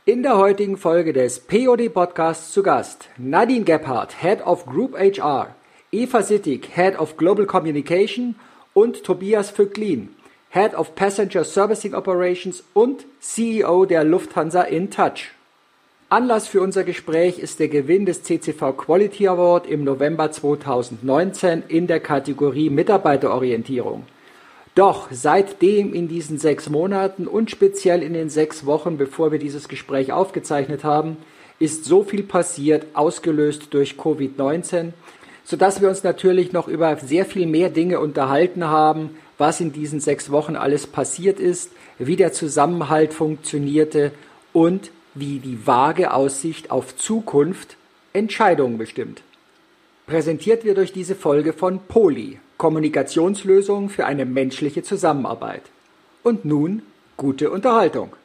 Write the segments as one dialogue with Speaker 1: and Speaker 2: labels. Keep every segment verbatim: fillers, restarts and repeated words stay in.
Speaker 1: In der heutigen Folge des P O D Podcasts zu Gast Nadine Gebhardt, Head of Group H R, Eva Sittig, Head of Global Communication und Tobias Vöglin, Head of Passenger Servicing Operations und C E O der Lufthansa InTouch. Anlass für unser Gespräch ist der Gewinn des C C V Quality Award im November zweitausendneunzehn in der Kategorie Mitarbeiterorientierung. Doch seitdem in diesen sechs Monaten und speziell in den sechs Wochen, bevor wir dieses Gespräch aufgezeichnet haben, ist so viel passiert, ausgelöst durch Covid neunzehn, sodass wir uns natürlich noch über sehr viel mehr Dinge unterhalten haben, was in diesen sechs Wochen alles passiert ist, wie der Zusammenhalt funktionierte und wie die vage Aussicht auf Zukunft Entscheidungen bestimmt. Präsentiert wird durch diese Folge von Poly, Kommunikationslösungen für eine menschliche Zusammenarbeit. Und nun gute Unterhaltung.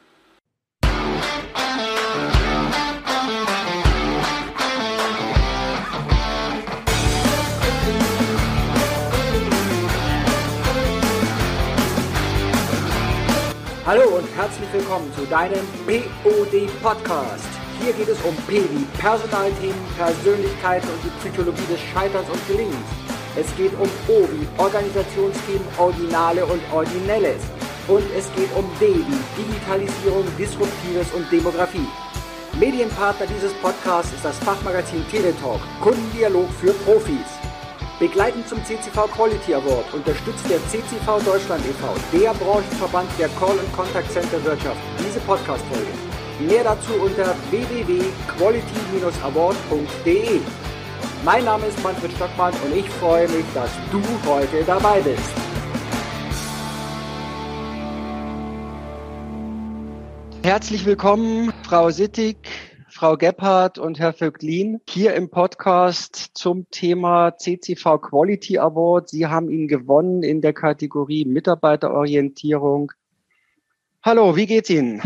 Speaker 1: Hallo und herzlich willkommen zu deinem P O D Podcast. Hier geht es um P wie Personalthemen, Persönlichkeiten und die Psychologie des Scheiterns und Gelingens. Es geht um O wie Organisationsthemen, Originale und Originelles. Und es geht um D wie Digitalisierung, Disruptives und Demografie. Medienpartner dieses Podcasts ist das Fachmagazin Teletalk, Kundendialog für Profis. Begleitend zum C C V Quality Award unterstützt der C C V Deutschland e V, der Branchenverband der Call- und Contact Center Wirtschaft, diese Podcast-Folge. Mehr dazu unter w w w punkt quality dash award punkt d e. Mein Name ist Manfred Stockmann und ich freue mich, dass du heute dabei bist. Herzlich willkommen, Frau Sittig, Frau Gebhardt und Herr Vöglin, hier im Podcast zum Thema C C V Quality Award. Sie haben ihn gewonnen in der Kategorie Mitarbeiterorientierung. Hallo, wie geht's Ihnen?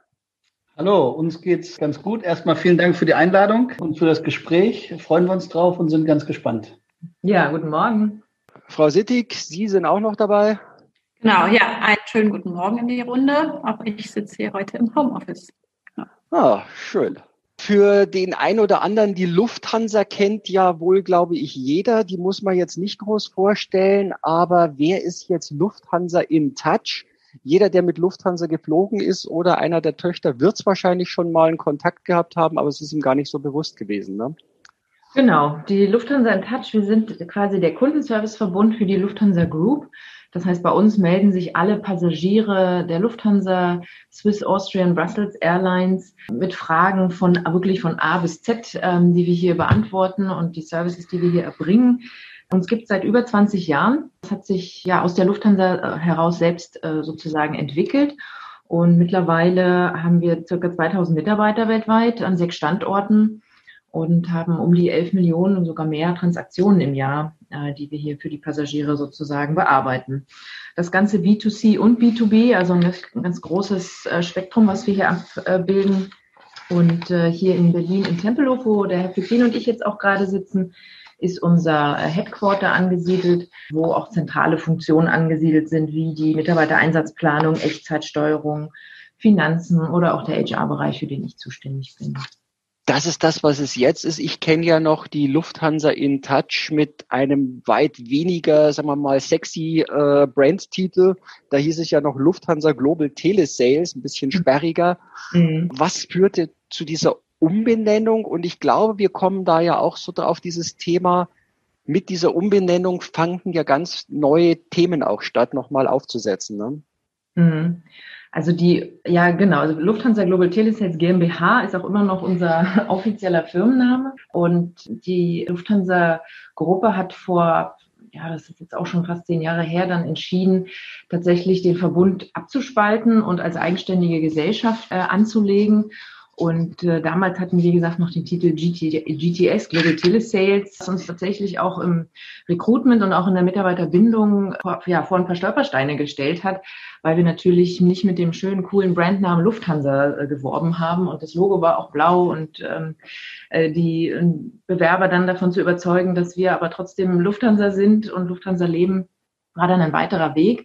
Speaker 2: Hallo, uns geht's ganz gut. Erstmal vielen Dank für die Einladung und für das Gespräch. Freuen wir uns drauf und sind ganz gespannt.
Speaker 3: Ja, guten Morgen.
Speaker 1: Frau Sittig, Sie sind auch noch dabei?
Speaker 3: Genau, ja, einen schönen guten Morgen in die Runde. Auch ich sitze hier heute im Homeoffice.
Speaker 1: Ja. Ah, schön. Für den einen oder anderen, die Lufthansa kennt ja wohl, glaube ich, jeder. Die muss man jetzt nicht groß vorstellen. Aber wer ist jetzt Lufthansa InTouch? Jeder, der mit Lufthansa geflogen ist oder einer der Töchter, wird es wahrscheinlich schon mal einen Kontakt gehabt haben, aber es ist ihm gar nicht so bewusst gewesen, ne?
Speaker 3: Genau, die Lufthansa InTouch, wir sind quasi der Kundenserviceverbund für die Lufthansa Group. Das heißt, bei uns melden sich alle Passagiere der Lufthansa, Swiss, Austrian, Brussels Airlines mit Fragen von wirklich von A bis Z, ähm, die wir hier beantworten und die Services, die wir hier erbringen. Uns gibt es seit über zwanzig Jahren. Das hat sich ja aus der Lufthansa heraus selbst äh, sozusagen entwickelt. Und mittlerweile haben wir circa zweitausend Mitarbeiter weltweit an sechs Standorten und haben um die elf Millionen und sogar mehr Transaktionen im Jahr, äh, die wir hier für die Passagiere sozusagen bearbeiten. Das Ganze B zwei C und B zwei B, also ein ganz großes äh, Spektrum, was wir hier abbilden. Und äh, hier in Berlin in Tempelhof, wo der Herr Vöglin und ich jetzt auch gerade sitzen, ist unser Headquarter angesiedelt, wo auch zentrale Funktionen angesiedelt sind, wie die Mitarbeitereinsatzplanung, Echtzeitsteuerung, Finanzen oder auch der H R-Bereich, für den ich zuständig bin.
Speaker 1: Das ist das, was es jetzt ist. Ich kenne ja noch die Lufthansa InTouch mit einem weit weniger, sagen wir mal, sexy äh, Brandtitel. Da hieß es ja noch Lufthansa Global Telesales, ein bisschen sperriger. Mhm. Was führte zu dieser Umbenennung? Und ich glaube, wir kommen da ja auch so drauf, dieses Thema, mit dieser Umbenennung fanden ja ganz neue Themen auch statt, nochmal aufzusetzen, ne?
Speaker 3: Mhm. Also die, ja genau, also Lufthansa Global Telesales GmbH ist auch immer noch unser offizieller Firmenname. Und die Lufthansa-Gruppe hat vor, ja, das ist jetzt auch schon fast zehn Jahre her, dann entschieden, tatsächlich den Verbund abzuspalten und als eigenständige Gesellschaft äh, anzulegen. Und äh, damals hatten wir, wie gesagt, noch den Titel G T, G T S, Global Telesales, was uns tatsächlich auch im Recruitment und auch in der Mitarbeiterbindung vor, ja, vor ein paar Stolpersteine gestellt hat, weil wir natürlich nicht mit dem schönen, coolen Brandnamen Lufthansa äh, geworben haben. Und das Logo war auch blau und ähm, äh, die äh, Bewerber dann davon zu überzeugen, dass wir aber trotzdem Lufthansa sind und Lufthansa leben, war dann ein weiterer Weg.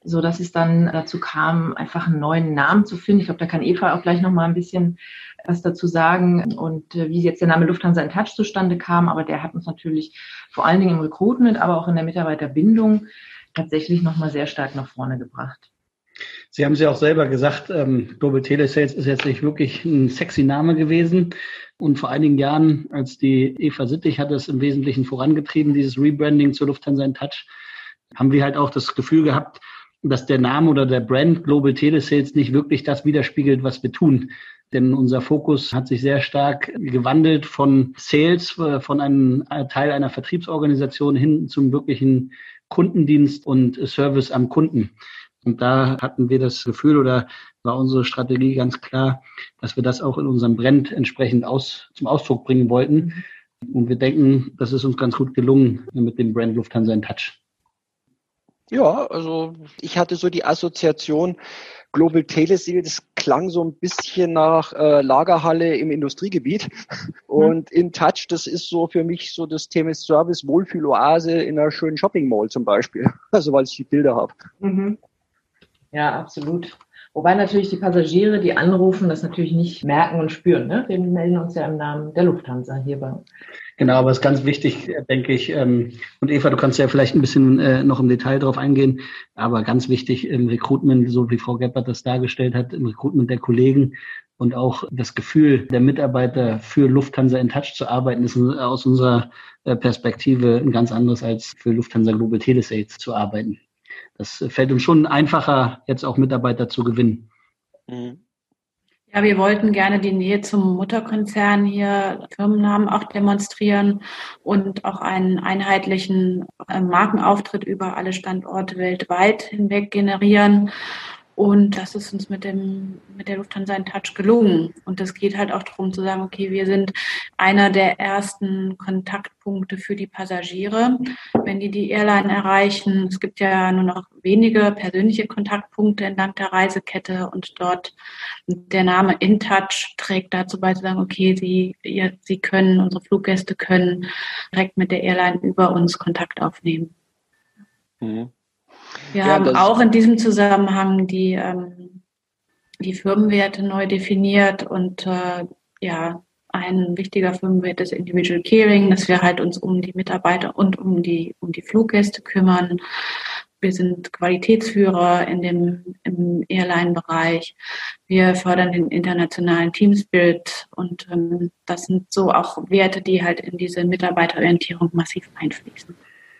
Speaker 3: so dass es dann dazu kam, einfach einen neuen Namen zu finden. Ich glaube, da kann Eva auch gleich noch mal ein bisschen was dazu sagen und äh, wie jetzt der Name Lufthansa in Touch zustande kam. Aber der hat uns natürlich vor allen Dingen im Recruitment, aber auch in der Mitarbeiterbindung tatsächlich noch mal sehr stark nach vorne gebracht.
Speaker 2: Sie haben es ja auch selber gesagt, ähm, Global Telesales ist jetzt nicht wirklich ein sexy Name gewesen. Und vor einigen Jahren, als die Eva Sittig hat es im Wesentlichen vorangetrieben, dieses Rebranding zur Lufthansa in Touch, haben wir halt auch das Gefühl gehabt, dass der Name oder der Brand Global Telesales nicht wirklich das widerspiegelt, was wir tun. Denn unser Fokus hat sich sehr stark gewandelt von Sales, von einem Teil einer Vertriebsorganisation hin zum wirklichen Kundendienst und Service am Kunden. Und da hatten wir das Gefühl oder war unsere Strategie ganz klar, dass wir das auch in unserem Brand entsprechend aus, zum Ausdruck bringen wollten. Und wir denken, das ist uns ganz gut gelungen mit dem Brand Lufthansa in Touch.
Speaker 4: Ja, also ich hatte so die Assoziation, Global Telesales, das klang so ein bisschen nach äh, Lagerhalle im Industriegebiet. Und in Touch, das ist so für mich so das Thema Service, Wohlfühloase in einer schönen Shopping Mall zum Beispiel. Also weil ich die Bilder habe.
Speaker 3: Mhm. Ja, absolut. Wobei natürlich die Passagiere, die anrufen, das natürlich nicht merken und spüren. Ne? Wir melden uns ja im Namen der Lufthansa hierbei.
Speaker 2: Genau, aber es ist ganz wichtig, denke ich. Ähm, und Eva, du kannst ja vielleicht ein bisschen äh, noch im Detail drauf eingehen. Aber ganz wichtig im Recruitment, so wie Frau Gebhardt das dargestellt hat, im Recruitment der Kollegen und auch das Gefühl der Mitarbeiter für Lufthansa in Touch zu arbeiten, ist aus unserer äh, Perspektive ein ganz anderes als für Lufthansa Global Telesales zu arbeiten. Das fällt uns schon einfacher, jetzt auch Mitarbeiter zu gewinnen.
Speaker 5: Ja, wir wollten gerne die Nähe zum Mutterkonzern hier, Firmennamen auch demonstrieren und auch einen einheitlichen Markenauftritt über alle Standorte weltweit hinweg generieren. Und das ist uns mit dem, mit der Lufthansa in Touch gelungen. Und das geht halt auch darum zu sagen, okay, wir sind einer der ersten Kontaktpunkte für die Passagiere, wenn die die Airline erreichen. Es gibt ja nur noch wenige persönliche Kontaktpunkte entlang der Reisekette und dort der Name in Touch trägt dazu bei zu sagen, okay, sie, ihr, sie können, unsere Fluggäste können direkt mit der Airline über uns Kontakt aufnehmen. Mhm. Wir ja, haben auch in diesem Zusammenhang die, ähm, die Firmenwerte neu definiert und äh, ja, ein wichtiger Firmenwert ist Individual Caring, dass wir halt uns um die Mitarbeiter und um die, um die Fluggäste kümmern. Wir sind Qualitätsführer in dem, im Airline-Bereich. Wir fördern den internationalen Team Spirit und ähm, das sind so auch Werte, die halt in diese Mitarbeiterorientierung massiv einfließen.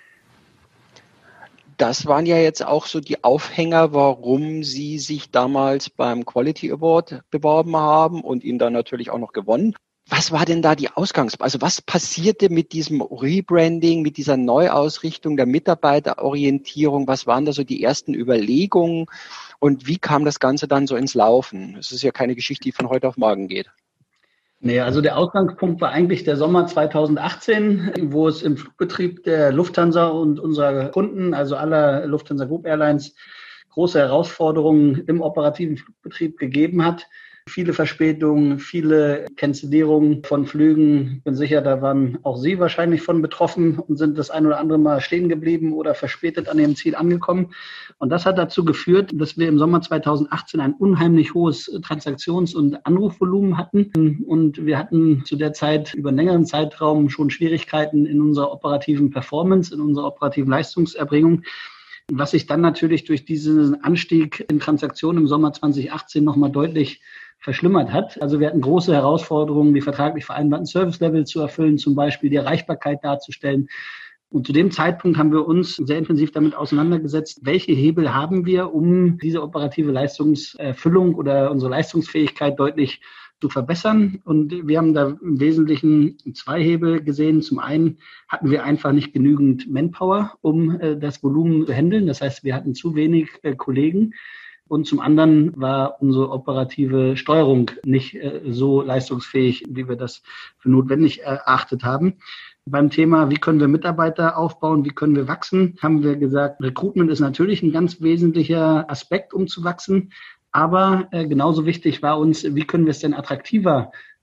Speaker 4: Das waren ja jetzt auch so die Aufhänger, warum Sie sich damals beim Quality Award beworben haben und ihn dann natürlich auch noch gewonnen. Was war denn da die Ausgangs-, also was passierte mit diesem Rebranding, mit dieser Neuausrichtung der Mitarbeiterorientierung? Was waren da so die ersten Überlegungen und wie kam das Ganze dann so ins Laufen? Es ist ja keine Geschichte, die von heute auf morgen geht.
Speaker 2: Nee, also der Ausgangspunkt war eigentlich der Sommer zweitausendachtzehn, wo es im Flugbetrieb der Lufthansa und unserer Kunden, also aller Lufthansa Group Airlines, große Herausforderungen im operativen Flugbetrieb gegeben hat. Viele Verspätungen, viele Cancellierungen von Flügen. Ich bin sicher, da waren auch Sie wahrscheinlich von betroffen und sind das ein oder andere Mal stehen geblieben oder verspätet an Ihrem Ziel angekommen. Und das hat dazu geführt, dass wir im Sommer zweitausendachtzehn ein unheimlich hohes Transaktions- und Anrufvolumen hatten. Und wir hatten zu der Zeit über einen längeren Zeitraum schon Schwierigkeiten in unserer operativen Performance, in unserer operativen Leistungserbringung. Was sich dann natürlich durch diesen Anstieg in Transaktionen im Sommer zweitausendachtzehn nochmal deutlich verschlimmert hat. Also wir hatten große Herausforderungen, die vertraglich vereinbarten Service-Level zu erfüllen, zum Beispiel die Erreichbarkeit darzustellen. Und zu dem Zeitpunkt haben wir uns sehr intensiv damit auseinandergesetzt, welche Hebel haben wir, um diese operative Leistungserfüllung oder unsere Leistungsfähigkeit deutlich zu verbessern. Und wir haben da im Wesentlichen zwei Hebel gesehen. Zum einen hatten wir einfach nicht genügend Manpower, um äh, das Volumen zu handeln. Das heißt, wir hatten zu wenig äh, Kollegen. Und zum anderen war unsere operative Steuerung nicht äh, so leistungsfähig, wie wir das für notwendig erachtet haben. Beim Thema, wie können wir Mitarbeiter aufbauen, wie können wir wachsen, haben wir gesagt, Recruitment ist natürlich ein ganz wesentlicher Aspekt, um zu wachsen. Aber äh, genauso wichtig war uns, wie können wir es denn attraktiver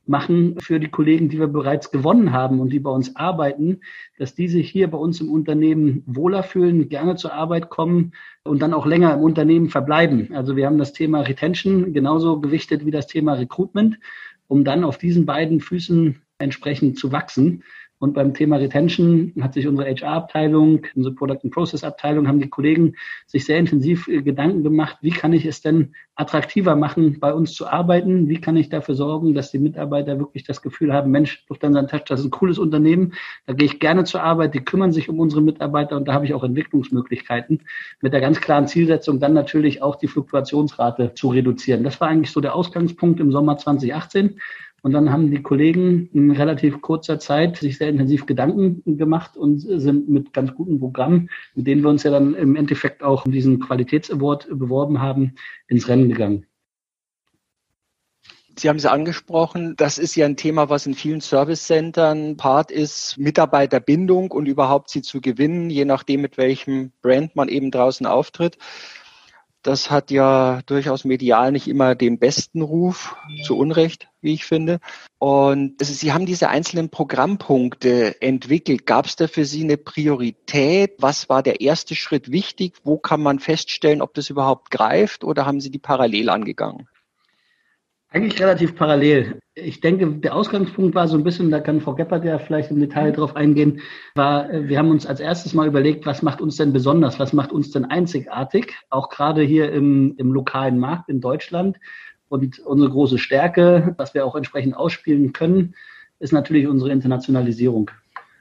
Speaker 2: machen für die Kollegen, die wir bereits gewonnen haben und die bei uns arbeiten, dass die sich hier bei uns im Unternehmen wohler fühlen, gerne zur Arbeit kommen und dann auch länger im Unternehmen verbleiben. Also wir haben das Thema Retention genauso gewichtet wie das Thema Recruitment, um dann auf diesen beiden Füßen entsprechend zu wachsen. Und beim Thema Retention hat sich unsere H R-Abteilung, unsere Product and Process-Abteilung, haben die Kollegen sich sehr intensiv Gedanken gemacht, wie kann ich es denn attraktiver machen, bei uns zu arbeiten? Wie kann ich dafür sorgen, dass die Mitarbeiter wirklich das Gefühl haben, Mensch, Lufthansa Touch, das ist ein cooles Unternehmen, da gehe ich gerne zur Arbeit, die kümmern sich um unsere Mitarbeiter und da habe ich auch Entwicklungsmöglichkeiten mit der ganz klaren Zielsetzung, dann natürlich auch die Fluktuationsrate zu reduzieren. Das war eigentlich so der Ausgangspunkt im Sommer zwanzig achtzehn. Und dann haben die Kollegen in relativ kurzer Zeit sich sehr intensiv Gedanken gemacht und sind mit ganz guten Programmen, mit denen wir uns ja dann im Endeffekt auch um diesen Qualitätsaward beworben haben, ins Rennen gegangen.
Speaker 4: Sie haben es angesprochen, das ist ja ein Thema, was in vielen Service-Centern Part ist, Mitarbeiterbindung und überhaupt sie zu gewinnen, je nachdem, mit welchem Brand man eben draußen auftritt. Das hat ja durchaus medial nicht immer den besten Ruf, zu Unrecht, wie ich finde. Und also Sie haben diese einzelnen Programmpunkte entwickelt. Gab es da für Sie eine Priorität? Was war der erste Schritt wichtig? Wo kann man feststellen, ob das überhaupt greift? Oder haben Sie die parallel angegangen?
Speaker 2: Eigentlich relativ parallel. Ich denke, der Ausgangspunkt war so ein bisschen, da kann Frau Geppert ja vielleicht im Detail drauf eingehen, war, wir haben uns als erstes mal überlegt, was macht uns denn besonders, was macht uns denn einzigartig, auch gerade hier im, im lokalen Markt in Deutschland. Und unsere große Stärke, was wir auch entsprechend ausspielen können, ist natürlich unsere Internationalisierung.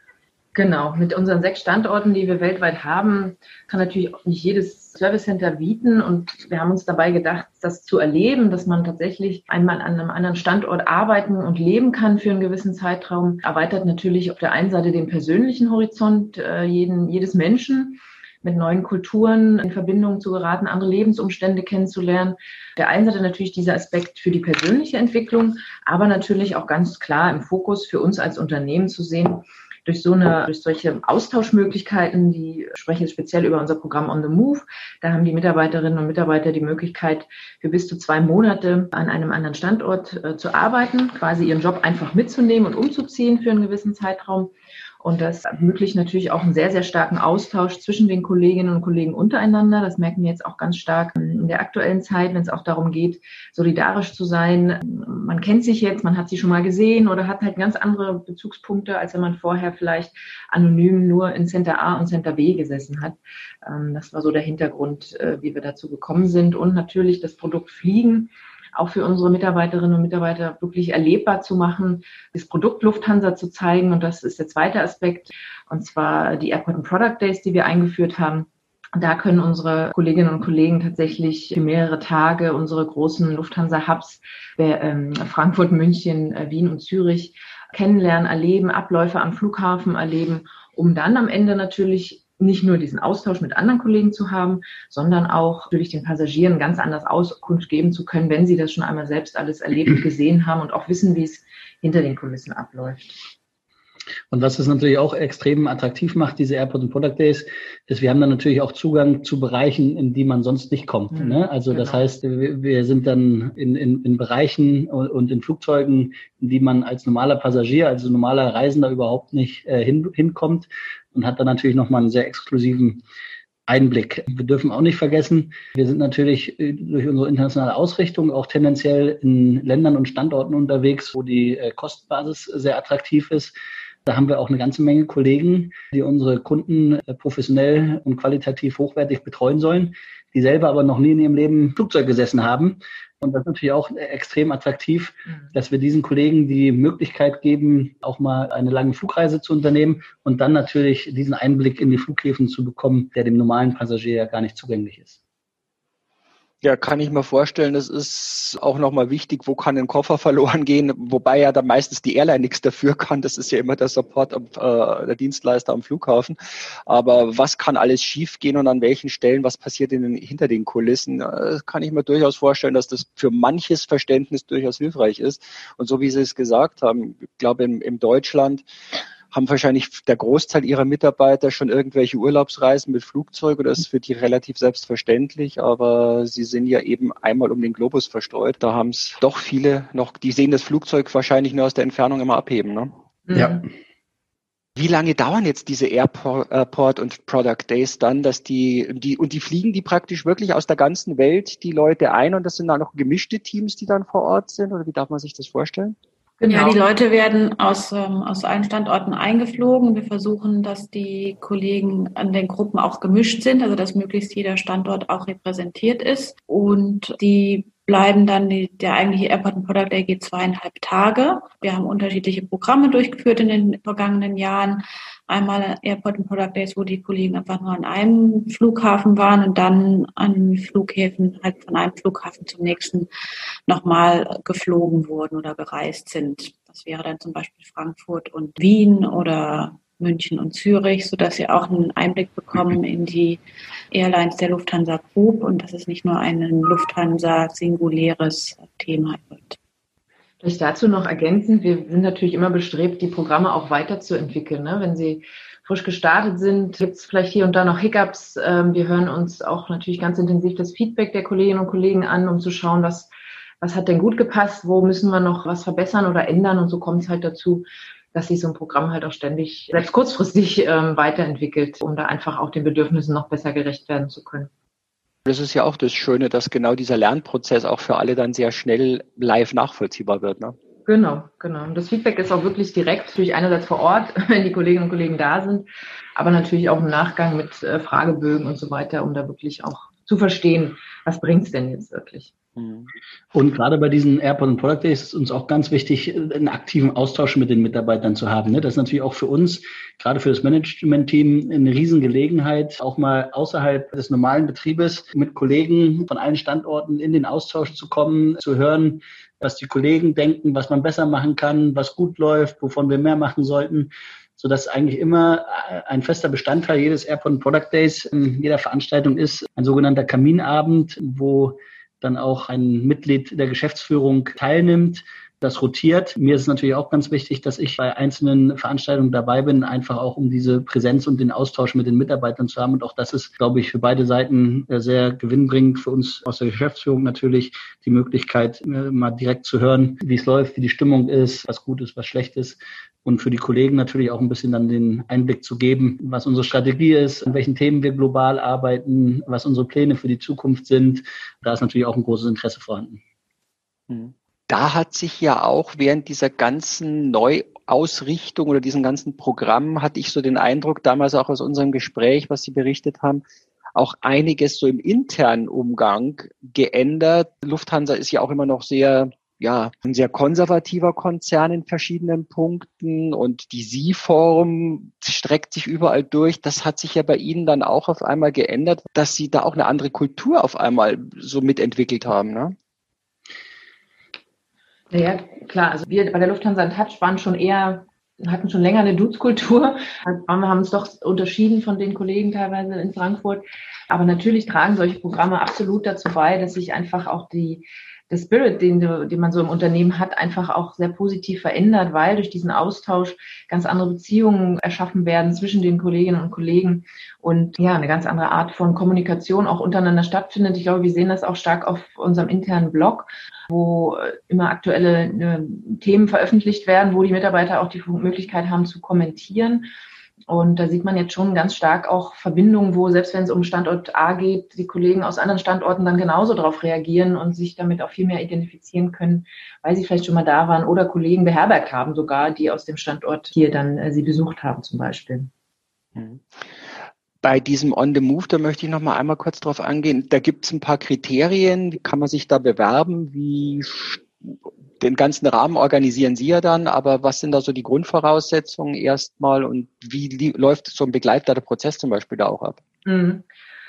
Speaker 3: Genau, mit unseren sechs Standorten, die wir weltweit haben, kann natürlich auch nicht jedes Service Center bieten. Und wir haben uns dabei gedacht, das zu erleben, dass man tatsächlich einmal an einem anderen Standort arbeiten und leben kann für einen gewissen Zeitraum, erweitert natürlich auf der einen Seite den persönlichen Horizont äh, jeden, jedes Menschen, mit neuen Kulturen in Verbindung zu geraten, andere Lebensumstände kennenzulernen. Der einen Seite natürlich dieser Aspekt für die persönliche Entwicklung, aber natürlich auch ganz klar im Fokus für uns als Unternehmen zu sehen, durch so eine, durch solche Austauschmöglichkeiten, die ich spreche jetzt speziell über unser Programm On the Move. Da haben die Mitarbeiterinnen und Mitarbeiter die Möglichkeit, für bis zu zwei Monate an einem anderen Standort äh, zu arbeiten, quasi ihren Job einfach mitzunehmen und umzuziehen für einen gewissen Zeitraum. Und das ermöglicht natürlich auch einen sehr, sehr starken Austausch zwischen den Kolleginnen und Kollegen untereinander. Das merken wir jetzt auch ganz stark in der aktuellen Zeit, wenn es auch darum geht, solidarisch zu sein. Man kennt sich jetzt, man hat sie schon mal gesehen oder hat halt ganz andere Bezugspunkte, als wenn man vorher vielleicht anonym nur in Center A und Center B gesessen hat. Das war so der Hintergrund, wie wir dazu gekommen sind. Und natürlich das Produkt Fliegen auch für unsere Mitarbeiterinnen und Mitarbeiter wirklich erlebbar zu machen, das Produkt Lufthansa zu zeigen. Und das ist der zweite Aspekt, und zwar die Airport and Product Days, die wir eingeführt haben. Da können unsere Kolleginnen und Kollegen tatsächlich für mehrere Tage unsere großen Lufthansa-Hubs, äh, Frankfurt, München, äh, Wien und Zürich kennenlernen, erleben, Abläufe am Flughafen erleben, um dann am Ende natürlich nicht nur diesen Austausch mit anderen Kollegen zu haben, sondern auch natürlich den Passagieren ganz anders Auskunft geben zu können, wenn sie das schon einmal selbst alles erlebt und gesehen haben und auch wissen, wie es hinter den Kulissen abläuft.
Speaker 2: Und was es natürlich auch extrem attraktiv macht, diese Airport and Product Days, ist, wir haben dann natürlich auch Zugang zu Bereichen, in die man sonst nicht kommt. Mhm, ne? Also genau. Das heißt, wir sind dann in, in, in Bereichen und in Flugzeugen, in die man als normaler Passagier, also normaler Reisender überhaupt nicht äh, hin, hinkommt und hat dann natürlich nochmal einen sehr exklusiven Einblick. Wir dürfen auch nicht vergessen, wir sind natürlich durch unsere internationale Ausrichtung auch tendenziell in Ländern und Standorten unterwegs, wo die äh, Kostenbasis sehr attraktiv ist. Da haben wir auch eine ganze Menge Kollegen, die unsere Kunden professionell und qualitativ hochwertig betreuen sollen, die selber aber noch nie in ihrem Leben im Flugzeug gesessen haben. Und das ist natürlich auch extrem attraktiv, dass wir diesen Kollegen die Möglichkeit geben, auch mal eine lange Flugreise zu unternehmen und dann natürlich diesen Einblick in die Flughäfen zu bekommen, der dem normalen Passagier ja gar nicht zugänglich ist.
Speaker 4: Ja, kann ich mir vorstellen, das ist auch nochmal wichtig, wo kann ein Koffer verloren gehen, wobei ja dann meistens die Airline nichts dafür kann, das ist ja immer der Support, äh, der Dienstleister am Flughafen, aber was kann alles schiefgehen und an welchen Stellen, was passiert in den, hinter den Kulissen, das kann ich mir durchaus vorstellen, dass das für manches Verständnis durchaus hilfreich ist und so wie Sie es gesagt haben, ich glaube in, in Deutschland haben wahrscheinlich der Großteil ihrer Mitarbeiter schon irgendwelche Urlaubsreisen mit Flugzeug oder ist für die relativ selbstverständlich, aber sie sind ja eben einmal um den Globus verstreut. Da haben es doch viele noch, die sehen das Flugzeug wahrscheinlich nur aus der Entfernung immer abheben, ne?
Speaker 2: Ja.
Speaker 4: Wie lange dauern jetzt diese Airport, Airport und Product Days dann, dass die, die, und die fliegen die praktisch wirklich aus der ganzen Welt die Leute ein und das sind dann noch gemischte Teams, die dann vor Ort sind, oder wie darf man sich das vorstellen?
Speaker 5: Genau. Ja, die Leute werden aus, ähm, aus allen Standorten eingeflogen. Wir versuchen, dass die Kollegen an den Gruppen auch gemischt sind, also dass möglichst jeder Standort auch repräsentiert ist. Und die bleiben dann, die, der eigentliche Airport and Product Day geht zweieinhalb Tage. Wir haben unterschiedliche Programme durchgeführt in den vergangenen Jahren. Einmal Airport and Product Days, wo die Kollegen einfach nur an einem Flughafen waren und dann an Flughäfen, halt von einem Flughafen zum nächsten nochmal geflogen wurden oder gereist sind. Das wäre dann zum Beispiel Frankfurt und Wien oder München und Zürich, sodass sie auch einen Einblick bekommen in die Airlines der Lufthansa Group und dass es nicht nur ein Lufthansa-singuläres Thema wird.
Speaker 3: Vielleicht dazu noch ergänzend, wir sind natürlich immer bestrebt, die Programme auch weiterzuentwickeln. Ne? Wenn sie frisch gestartet sind, gibt es vielleicht hier und da noch Hiccups. Wir hören uns auch natürlich ganz intensiv das Feedback der Kolleginnen und Kollegen an, um zu schauen, was, was hat denn gut gepasst, wo müssen wir noch was verbessern oder ändern. Und so kommt es halt dazu, dass sich so ein Programm halt auch ständig, selbst kurzfristig ähm, weiterentwickelt, um da einfach auch den Bedürfnissen noch besser gerecht werden zu können.
Speaker 4: Das ist ja auch das Schöne, dass genau dieser Lernprozess auch für alle dann sehr schnell live nachvollziehbar wird, ne?
Speaker 3: Genau, genau. Und das Feedback ist auch wirklich direkt, natürlich einerseits vor Ort, wenn die Kolleginnen und Kollegen da sind, aber natürlich auch im Nachgang mit äh, Fragebögen und so weiter, um da wirklich auch zu verstehen, was bringt's denn jetzt wirklich.
Speaker 2: Und gerade bei diesen Airport and Product Days ist es uns auch ganz wichtig, einen aktiven Austausch mit den Mitarbeitern zu haben. Das ist natürlich auch für uns, gerade für das Management-Team, eine Riesengelegenheit, auch mal außerhalb des normalen Betriebes mit Kollegen von allen Standorten in den Austausch zu kommen, zu hören, was die Kollegen denken, was man besser machen kann, was gut läuft, wovon wir mehr machen sollten, sodass eigentlich immer ein fester Bestandteil jedes Airport and Product Days in jeder Veranstaltung ist, ein sogenannter Kaminabend, wo dann auch ein Mitglied der Geschäftsführung teilnimmt, das rotiert. Mir ist es natürlich auch ganz wichtig, dass ich bei einzelnen Veranstaltungen dabei bin, einfach auch um diese Präsenz und den Austausch mit den Mitarbeitern zu haben. Und auch das ist, glaube ich, für beide Seiten sehr gewinnbringend. Für uns aus der Geschäftsführung natürlich die Möglichkeit, mal direkt zu hören, wie es läuft, wie die Stimmung ist, was gut ist, was schlecht ist. Und für die Kollegen natürlich auch ein bisschen dann den Einblick zu geben, was unsere Strategie ist, an welchen Themen wir global arbeiten, was unsere Pläne für die Zukunft sind. Da ist natürlich auch ein großes Interesse vorhanden.
Speaker 4: Da hat sich ja auch während dieser ganzen Neuausrichtung oder diesem ganzen Programm, hatte ich so den Eindruck, damals auch aus unserem Gespräch, was Sie berichtet haben, auch einiges so im internen Umgang geändert. Lufthansa ist ja auch immer noch sehr, ja, ein sehr konservativer Konzern in verschiedenen Punkten und die Sie-Form streckt sich überall durch. Das hat sich ja bei Ihnen dann auch auf einmal geändert, dass Sie da auch eine andere Kultur auf einmal so mitentwickelt haben, ne?
Speaker 3: Naja, klar, also wir bei der Lufthansa in Touch waren schon eher, hatten schon länger eine Dudes-Kultur. Wir haben uns doch unterschieden von den Kollegen teilweise in Frankfurt. Aber natürlich tragen solche Programme absolut dazu bei, dass sich einfach auch die der Spirit, den, den man so im Unternehmen hat, einfach auch sehr positiv verändert, weil durch diesen Austausch ganz andere Beziehungen erschaffen werden zwischen den Kolleginnen und Kollegen und ja, eine ganz andere Art von Kommunikation auch untereinander stattfindet. Ich glaube, wir sehen das auch stark auf unserem internen Blog, wo immer aktuelle äh, Themen veröffentlicht werden, wo die Mitarbeiter auch die Möglichkeit haben zu kommentieren. Und da sieht man jetzt schon ganz stark auch Verbindungen, wo selbst wenn es um Standort A geht, die Kollegen aus anderen Standorten dann genauso darauf reagieren und sich damit auch viel mehr identifizieren können, weil sie vielleicht schon mal da waren oder Kollegen beherbergt haben sogar, die aus dem Standort hier dann äh, sie besucht haben zum Beispiel.
Speaker 4: Bei diesem On the Move, da möchte ich noch mal einmal kurz drauf angehen. Da gibt es ein paar Kriterien. Wie kann man sich da bewerben? Wie den ganzen Rahmen organisieren Sie ja dann, aber was sind da so die Grundvoraussetzungen erstmal und wie li- läuft so ein begleiteter Prozess zum Beispiel da auch ab?
Speaker 3: Mhm.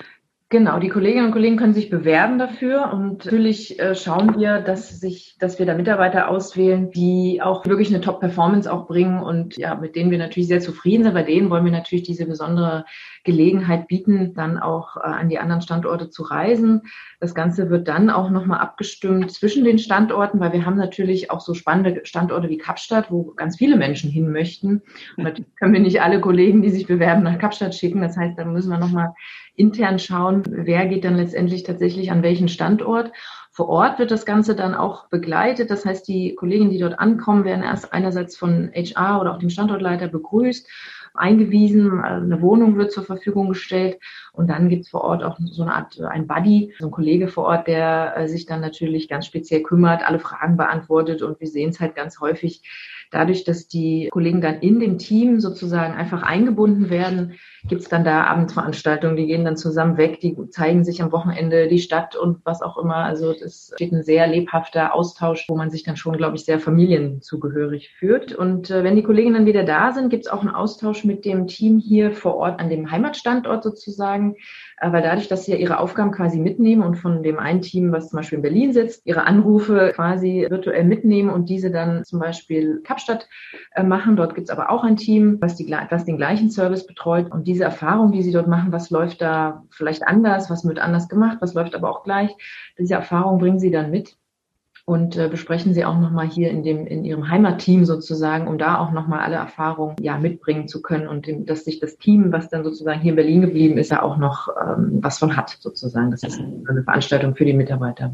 Speaker 3: Genau, die Kolleginnen und Kollegen können sich bewerben dafür und natürlich äh, schauen wir, dass sich, dass wir da Mitarbeiter auswählen, die auch wirklich eine Top-Performance auch bringen und ja, mit denen wir natürlich sehr zufrieden sind. Bei denen wollen wir natürlich diese besondere Gelegenheit bieten, dann auch äh, an die anderen Standorte zu reisen. Das Ganze wird dann auch nochmal abgestimmt zwischen den Standorten, weil wir haben natürlich auch so spannende Standorte wie Kapstadt, wo ganz viele Menschen hin möchten. Und natürlich können wir nicht alle Kollegen, die sich bewerben, nach Kapstadt schicken. Das heißt, da müssen wir nochmal intern schauen, wer geht dann letztendlich tatsächlich an welchen Standort. Vor Ort wird das Ganze dann auch begleitet. Das heißt, die Kollegen, die dort ankommen, werden erst einerseits von H R oder auch dem Standortleiter begrüßt, eingewiesen, eine Wohnung wird zur Verfügung gestellt und dann gibt es vor Ort auch so eine Art, ein Buddy, so ein Kollege vor Ort, der sich dann natürlich ganz speziell kümmert, alle Fragen beantwortet und wir sehen es halt ganz häufig, dadurch, dass die Kollegen dann in dem Team sozusagen einfach eingebunden werden, gibt es dann da Abendveranstaltungen, die gehen dann zusammen weg, die zeigen sich am Wochenende die Stadt und was auch immer. Also es steht ein sehr lebhafter Austausch, wo man sich dann schon, glaube ich, sehr familienzugehörig fühlt. Und äh, wenn die Kollegen dann wieder da sind, gibt es auch einen Austausch mit dem Team hier vor Ort an dem Heimatstandort sozusagen. Aber dadurch, dass sie ja ihre Aufgaben quasi mitnehmen und von dem einen Team, was zum Beispiel in Berlin sitzt, ihre Anrufe quasi virtuell mitnehmen und diese dann zum Beispiel Kapstadt äh, machen. Dort gibt es aber auch ein Team, was, die, was den gleichen Service betreut. Und diese Erfahrung, die sie dort machen, was läuft da vielleicht anders, was wird anders gemacht, was läuft aber auch gleich, diese Erfahrung bringen sie dann mit. Und äh, besprechen sie auch nochmal hier in dem in ihrem Heimatteam sozusagen, um da auch nochmal alle Erfahrungen ja mitbringen zu können und dem, dass sich das Team, was dann sozusagen hier in Berlin geblieben ist, da auch noch ähm, was von hat sozusagen. Das ist eine Veranstaltung für die Mitarbeiter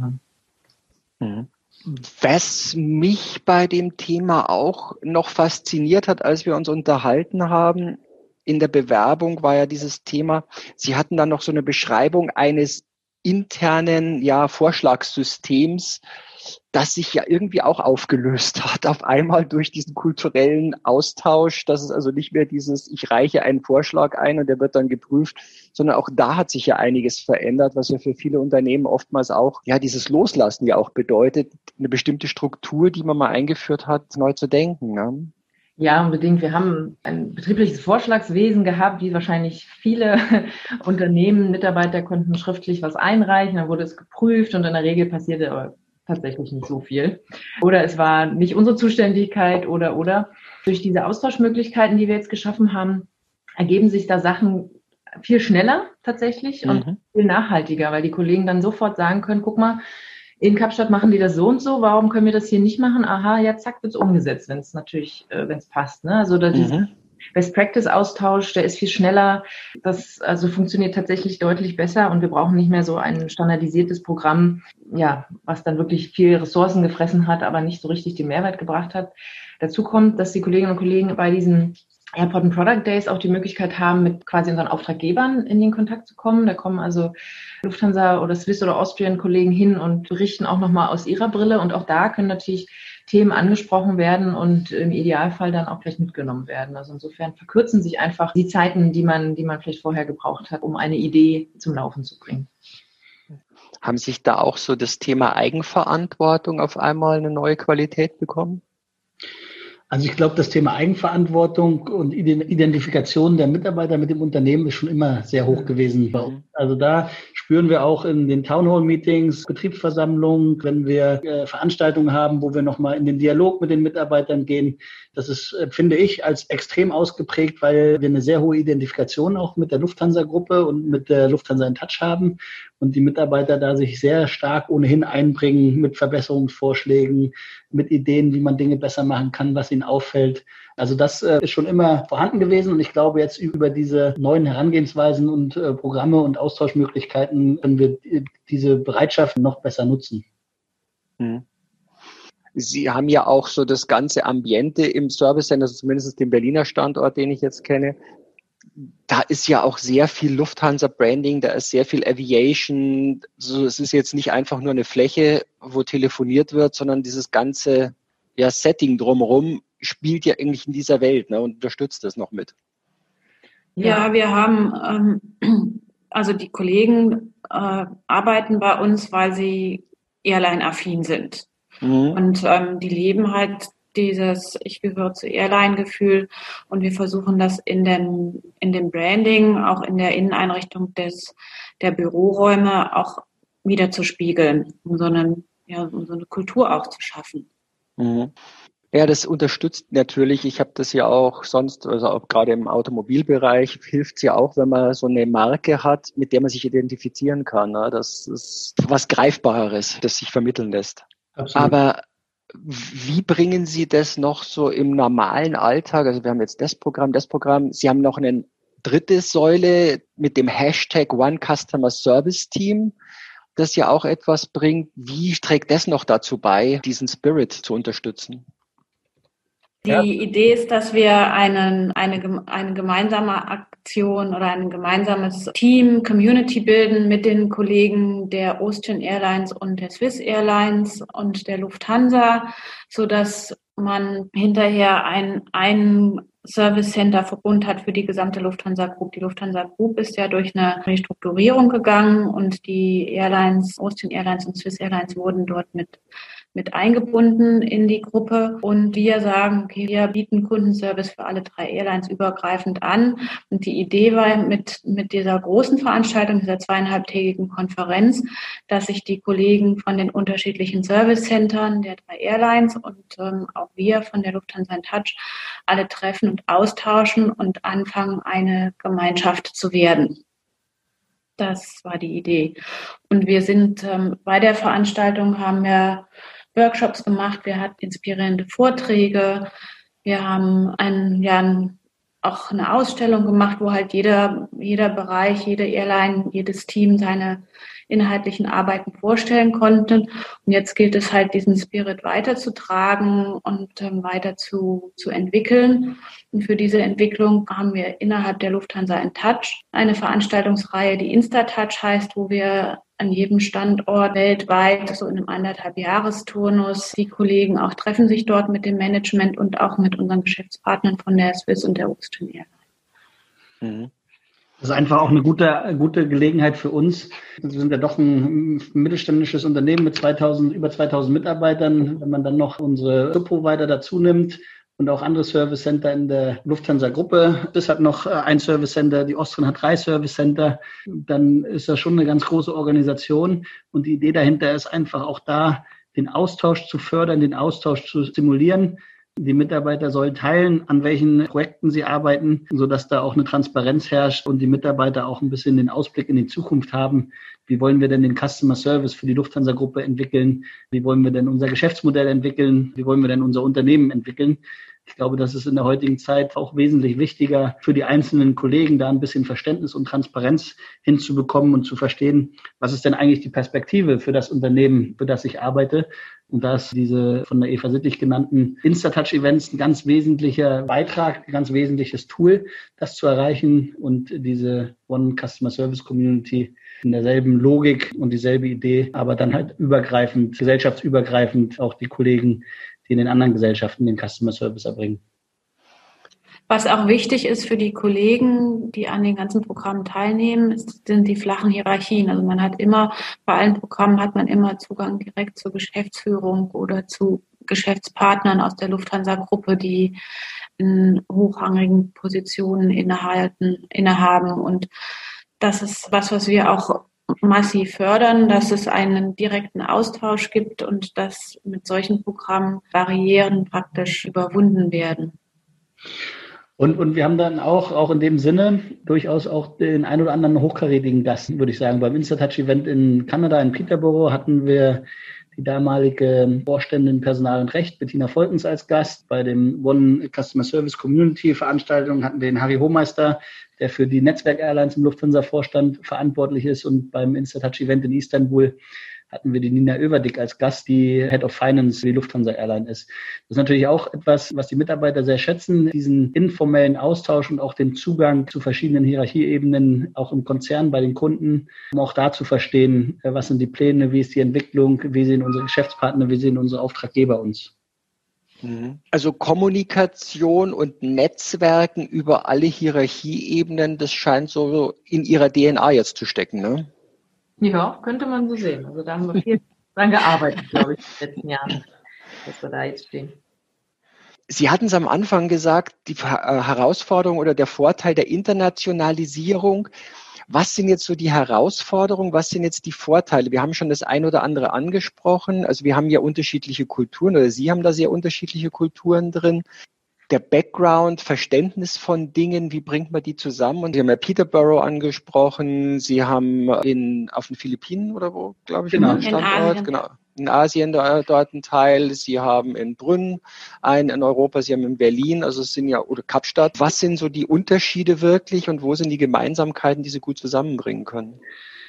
Speaker 3: war.
Speaker 4: Was mich bei dem Thema auch noch fasziniert hat, als wir uns unterhalten haben, in der Bewerbung war ja dieses Thema, Sie hatten dann noch so eine Beschreibung eines internen ja, Vorschlagssystems, das sich ja irgendwie auch aufgelöst hat, auf einmal durch diesen kulturellen Austausch, dass es also nicht mehr dieses, ich reiche einen Vorschlag ein und der wird dann geprüft, sondern auch da hat sich ja einiges verändert, was ja für viele Unternehmen oftmals auch, ja, dieses Loslassen ja auch bedeutet, eine bestimmte Struktur, die man mal eingeführt hat, neu zu denken, ne?
Speaker 3: Ja, unbedingt. Wir haben ein betriebliches Vorschlagswesen gehabt, wie wahrscheinlich viele Unternehmen. Mitarbeiter konnten schriftlich was einreichen, dann wurde es geprüft und in der Regel passierte aber tatsächlich nicht so viel. Oder es war nicht unsere Zuständigkeit oder, oder. Durch diese Austauschmöglichkeiten, die wir jetzt geschaffen haben, ergeben sich da Sachen viel schneller tatsächlich mhm. und viel nachhaltiger, weil die Kollegen dann sofort sagen können, guck mal, in Kapstadt machen die das so und so, warum können wir das hier nicht machen? Aha, ja, zack, wird's umgesetzt, wenn es natürlich, äh, wenn es passt. Ne? Also da dieser mhm. Best-Practice-Austausch, der ist viel schneller. Das also funktioniert tatsächlich deutlich besser und wir brauchen nicht mehr so ein standardisiertes Programm, ja, was dann wirklich viel Ressourcen gefressen hat, aber nicht so richtig den Mehrwert gebracht hat. Dazu kommt, dass die Kolleginnen und Kollegen bei diesen Airport and Product Days auch die Möglichkeit haben, mit quasi unseren Auftraggebern in den Kontakt zu kommen. Da kommen also Lufthansa oder Swiss oder Austrian Kollegen hin und berichten auch nochmal aus ihrer Brille. Und auch da können natürlich Themen angesprochen werden und im Idealfall dann auch gleich mitgenommen werden. Also insofern verkürzen sich einfach die Zeiten, die man, die man vielleicht vorher gebraucht hat, um eine Idee zum Laufen zu bringen.
Speaker 4: Haben sich da auch so das Thema Eigenverantwortung auf einmal eine neue Qualität bekommen?
Speaker 2: Also ich glaube, das Thema Eigenverantwortung und Identifikation der Mitarbeiter mit dem Unternehmen ist schon immer sehr hoch gewesen bei uns. Also da spüren wir auch in den Townhall-Meetings, Betriebsversammlungen, wenn wir äh, Veranstaltungen haben, wo wir nochmal in den Dialog mit den Mitarbeitern gehen. Das ist, äh, finde ich, als extrem ausgeprägt, weil wir eine sehr hohe Identifikation auch mit der Lufthansa-Gruppe und mit der Lufthansa in Touch haben und die Mitarbeiter da sich sehr stark ohnehin einbringen mit Verbesserungsvorschlägen, mit Ideen, wie man Dinge besser machen kann, was ihnen auffällt. Also das äh, ist schon immer vorhanden gewesen und ich glaube jetzt über diese neuen Herangehensweisen und äh, Programme und Austauschmöglichkeiten können wir äh, diese Bereitschaft noch besser nutzen.
Speaker 4: Hm. Sie haben ja auch so das ganze Ambiente im Service Center, also zumindest den Berliner Standort, den ich jetzt kenne. Da ist ja auch sehr viel Lufthansa-Branding, da ist sehr viel Aviation. Also es ist jetzt nicht einfach nur eine Fläche, wo telefoniert wird, sondern dieses ganze ja, Setting drumherum spielt ja eigentlich in dieser Welt, ne, und unterstützt das noch mit.
Speaker 5: Ja, wir haben, ähm, also die Kollegen äh, arbeiten bei uns, weil sie Airline-affin sind. Mhm. Und ähm, die leben halt dieses Ich gehöre zu Airline-Gefühl und wir versuchen das in dem, in dem Branding, auch in der Inneneinrichtung des, der Büroräume auch wieder zu spiegeln, um so eine, ja, um so eine Kultur auch zu schaffen.
Speaker 4: Mhm. Ja, das unterstützt natürlich. Ich habe das ja auch sonst, also auch gerade im Automobilbereich hilft es ja auch, wenn man so eine Marke hat, mit der man sich identifizieren kann. Ne? Das ist was Greifbares, das sich vermitteln lässt.
Speaker 2: Absolut.
Speaker 4: Aber wie bringen Sie das noch so im normalen Alltag? Also wir haben jetzt das Programm, das Programm. Sie haben noch eine dritte Säule mit dem Hashtag One Customer Service Team, das ja auch etwas bringt. Wie trägt das noch dazu bei, diesen Spirit zu unterstützen?
Speaker 5: Die ja. Idee ist, dass wir einen, eine, eine gemeinsame Aktion oder ein gemeinsames Team, Community bilden mit den Kollegen der Austrian Airlines und der Swiss Airlines und der Lufthansa, so dass man hinterher ein, ein Service Center Verbund hat für die gesamte Lufthansa Group. Die Lufthansa Group ist ja durch eine Restrukturierung gegangen und die Airlines, Austrian Airlines und Swiss Airlines wurden dort mit mit eingebunden in die Gruppe und wir sagen, okay, wir bieten Kundenservice für alle drei Airlines übergreifend an und die Idee war mit, mit dieser großen Veranstaltung, dieser zweieinhalbtägigen Konferenz, dass sich die Kollegen von den unterschiedlichen Service-Centern der drei Airlines und ähm, auch wir von der Lufthansa in Touch alle treffen und austauschen und anfangen, eine Gemeinschaft zu werden. Das war die Idee. Und wir sind ähm, bei der Veranstaltung haben wir Workshops gemacht, wir hatten inspirierende Vorträge, wir haben einen, ja, auch eine Ausstellung gemacht, wo halt jeder, jeder Bereich, jede Airline, jedes Team seine inhaltlichen Arbeiten vorstellen konnte. Und jetzt gilt es halt, diesen Spirit weiterzutragen und ähm, weiter zu, zu entwickeln. Und für diese Entwicklung haben wir innerhalb der Lufthansa in Touch eine Veranstaltungsreihe, die InstaTouch heißt, wo wir an jedem Standort weltweit, so in einem anderthalb Jahresturnus. Die Kollegen auch treffen sich dort mit dem Management und auch mit unseren Geschäftspartnern von der Swiss und der Austrian Airlines.
Speaker 2: Mhm. Das ist einfach auch eine gute, gute Gelegenheit für uns. Wir sind ja doch ein mittelständisches Unternehmen mit zweitausend, über zweitausend Mitarbeitern. Wenn man dann noch unsere Subprovider dazu nimmt und auch andere Service Center in der Lufthansa-Gruppe. Das hat noch ein Service Center, die Austrian hat drei Service Center. Dann ist das schon eine ganz große Organisation. Und die Idee dahinter ist einfach auch da, den Austausch zu fördern, den Austausch zu stimulieren. Die Mitarbeiter sollen teilen, an welchen Projekten sie arbeiten, sodass da auch eine Transparenz herrscht und die Mitarbeiter auch ein bisschen den Ausblick in die Zukunft haben. Wie wollen wir denn den Customer Service für die Lufthansa-Gruppe entwickeln? Wie wollen wir denn unser Geschäftsmodell entwickeln? Wie wollen wir denn unser Unternehmen entwickeln? Ich glaube, das ist in der heutigen Zeit auch wesentlich wichtiger für die einzelnen Kollegen, da ein bisschen Verständnis und Transparenz hinzubekommen und zu verstehen, was ist denn eigentlich die Perspektive für das Unternehmen, für das ich arbeite. Und da ist diese von der Eva Sittig genannten InstaTouch-Events ein ganz wesentlicher Beitrag, ein ganz wesentliches Tool, das zu erreichen und diese One Customer Service Community in derselben Logik und dieselbe Idee, aber dann halt übergreifend, gesellschaftsübergreifend auch die Kollegen, die in den anderen Gesellschaften den Customer Service erbringen.
Speaker 5: Was auch wichtig ist für die Kollegen, die an den ganzen Programmen teilnehmen, ist, sind die flachen Hierarchien. Also man hat immer, bei allen Programmen hat man immer Zugang direkt zur Geschäftsführung oder zu Geschäftspartnern aus der Lufthansa-Gruppe, die in hochrangigen Positionen innehalten, innehaben. Und das ist was, was wir auch massiv fördern, dass es einen direkten Austausch gibt und dass mit solchen Programmen Barrieren praktisch überwunden werden.
Speaker 2: Und, und wir haben dann auch, auch in dem Sinne durchaus auch den ein oder anderen hochkarätigen Gast, würde ich sagen. Beim InstaTouch-Event in Kanada, in Peterborough, hatten wir die damalige Vorständin Personal und Recht, Bettina Volkens, als Gast. Bei dem One Customer Service Community Veranstaltung hatten wir den Harry Hohmeister, der für die Netzwerk-Airlines im Lufthansa-Vorstand verantwortlich ist. Und beim InstaTouch-Event in Istanbul hatten wir die Nina Överdick als Gast, die Head of Finance für die Lufthansa Airline ist. Das ist natürlich auch etwas, was die Mitarbeiter sehr schätzen, diesen informellen Austausch und auch den Zugang zu verschiedenen Hierarchieebenen, auch im Konzern bei den Kunden, um auch da zu verstehen, was sind die Pläne, wie ist die Entwicklung, wie sehen unsere Geschäftspartner, wie sehen unsere Auftraggeber uns.
Speaker 4: Also Kommunikation und Netzwerken über alle Hierarchieebenen, das scheint so in ihrer D N A jetzt zu stecken, ne?
Speaker 3: Ja, könnte man so sehen. Also da haben wir viel dran gearbeitet, glaube ich, in den letzten Jahren, dass wir da jetzt stehen.
Speaker 4: Sie hatten es am Anfang gesagt, die Herausforderung oder der Vorteil der Internationalisierung. Was sind jetzt so die Herausforderungen? Was sind jetzt die Vorteile? Wir haben schon das ein oder andere angesprochen. Also wir haben ja unterschiedliche Kulturen oder Sie haben da sehr unterschiedliche Kulturen drin. Der Background, Verständnis von Dingen, wie bringt man die zusammen? Und Sie haben ja Peterborough angesprochen. Sie haben in, auf den Philippinen oder wo, glaube ich,
Speaker 2: genau.
Speaker 4: einen Standort. Genau. In Asien da, dort ein Teil, Sie haben in Brünn einen in Europa, Sie haben in Berlin, also es sind ja, oder Kapstadt. Was sind so die Unterschiede wirklich und wo sind die Gemeinsamkeiten, die Sie gut zusammenbringen können?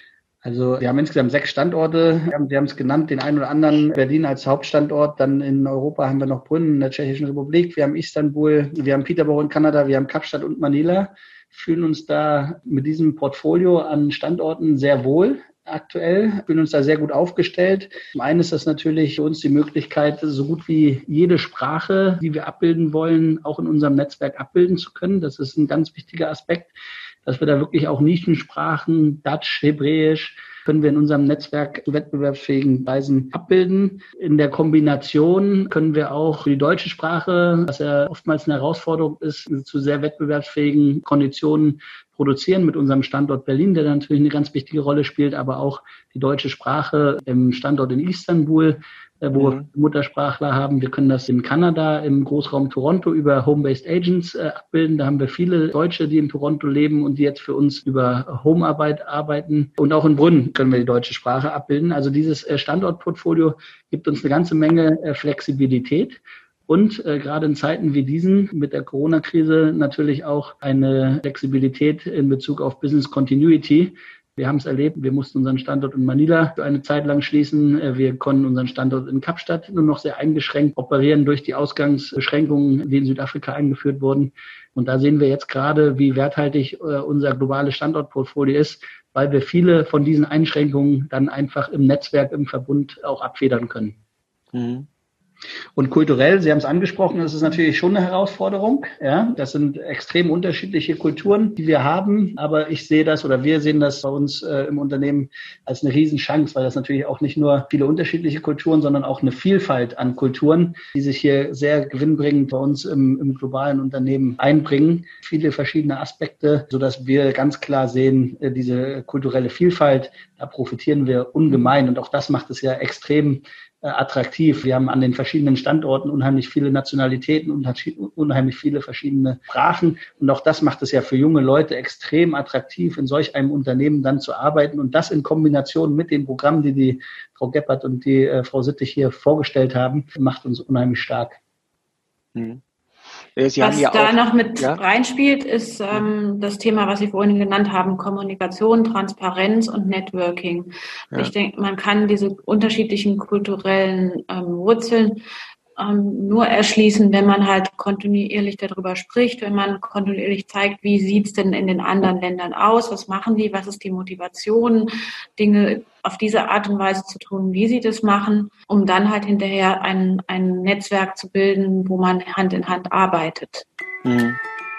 Speaker 2: Also wir haben insgesamt sechs Standorte. Wir haben, wir haben es genannt, den einen oder anderen Berlin als Hauptstandort. Dann in Europa haben wir noch Brünn in der Tschechischen Republik. Wir haben Istanbul, wir haben Peterborough in Kanada, wir haben Kapstadt und Manila. Fühlen uns da mit diesem Portfolio an Standorten sehr wohl. Aktuell fühlen uns da sehr gut aufgestellt. Zum einen ist das natürlich für uns die Möglichkeit, so gut wie jede Sprache, die wir abbilden wollen, auch in unserem Netzwerk abbilden zu können. Das ist ein ganz wichtiger Aspekt, dass wir da wirklich auch Nischensprachen, Dutch, Hebräisch, können wir in unserem Netzwerk zu wettbewerbsfähigen Weisen abbilden. In der Kombination können wir auch für die deutsche Sprache, was ja oftmals eine Herausforderung ist, zu sehr wettbewerbsfähigen Konditionen produzieren mit unserem Standort Berlin, der natürlich eine ganz wichtige Rolle spielt, aber auch die deutsche Sprache im Standort in Istanbul, wo mhm. wir Muttersprachler haben. Wir können das in Kanada, im Großraum Toronto über Home-Based Agents äh, abbilden. Da haben wir viele Deutsche, die in Toronto leben und die jetzt für uns über Homearbeit arbeiten. Und auch in Brünn können wir die deutsche Sprache abbilden. Also dieses äh, Standortportfolio gibt uns eine ganze Menge äh, Flexibilität. Und äh, gerade in Zeiten wie diesen mit der Corona-Krise natürlich auch eine Flexibilität in Bezug auf Business Continuity. Wir haben es erlebt, wir mussten unseren Standort in Manila für eine Zeit lang schließen. Wir konnten unseren Standort in Kapstadt nur noch sehr eingeschränkt operieren durch die Ausgangsbeschränkungen, die in Südafrika eingeführt wurden. Und da sehen wir jetzt gerade, wie werthaltig äh, unser globales Standortportfolio ist, weil wir viele von diesen Einschränkungen dann einfach im Netzwerk, im Verbund auch abfedern können. Mhm. Und kulturell, Sie haben es angesprochen, das ist natürlich schon eine Herausforderung. Ja, das sind extrem unterschiedliche Kulturen, die wir haben. Aber ich sehe das oder wir sehen das bei uns äh, im Unternehmen als eine Riesenchance, weil das natürlich auch nicht nur viele unterschiedliche Kulturen, sondern auch eine Vielfalt an Kulturen, die sich hier sehr gewinnbringend bei uns im, im globalen Unternehmen einbringen. Viele verschiedene Aspekte, sodass wir ganz klar sehen, äh, diese kulturelle Vielfalt, da profitieren wir ungemein. Und auch das macht es ja extrem attraktiv. Wir haben an den verschiedenen Standorten unheimlich viele Nationalitäten und unheimlich viele verschiedene Sprachen. Und auch das macht es ja für junge Leute extrem attraktiv, in solch einem Unternehmen dann zu arbeiten. Und das in Kombination mit den Programmen, die die Frau Gebhardt und die äh, Frau Sittig hier vorgestellt haben, macht uns unheimlich stark.
Speaker 4: Mhm.
Speaker 5: Sie was ja da auch, noch mit ja? reinspielt, ist ähm, das Thema, was Sie vorhin genannt haben, Kommunikation, Transparenz und Networking. Ja. Ich denke, man kann diese unterschiedlichen kulturellen ähm, Wurzeln ähm, nur erschließen, wenn man halt kontinuierlich darüber spricht, wenn man kontinuierlich zeigt, wie sieht's denn in den anderen Ländern aus, was machen die, was ist die Motivation, Dinge auf diese Art und Weise zu tun, wie sie das machen, um dann halt hinterher ein, ein Netzwerk zu bilden, wo man Hand in Hand arbeitet.
Speaker 1: Mhm.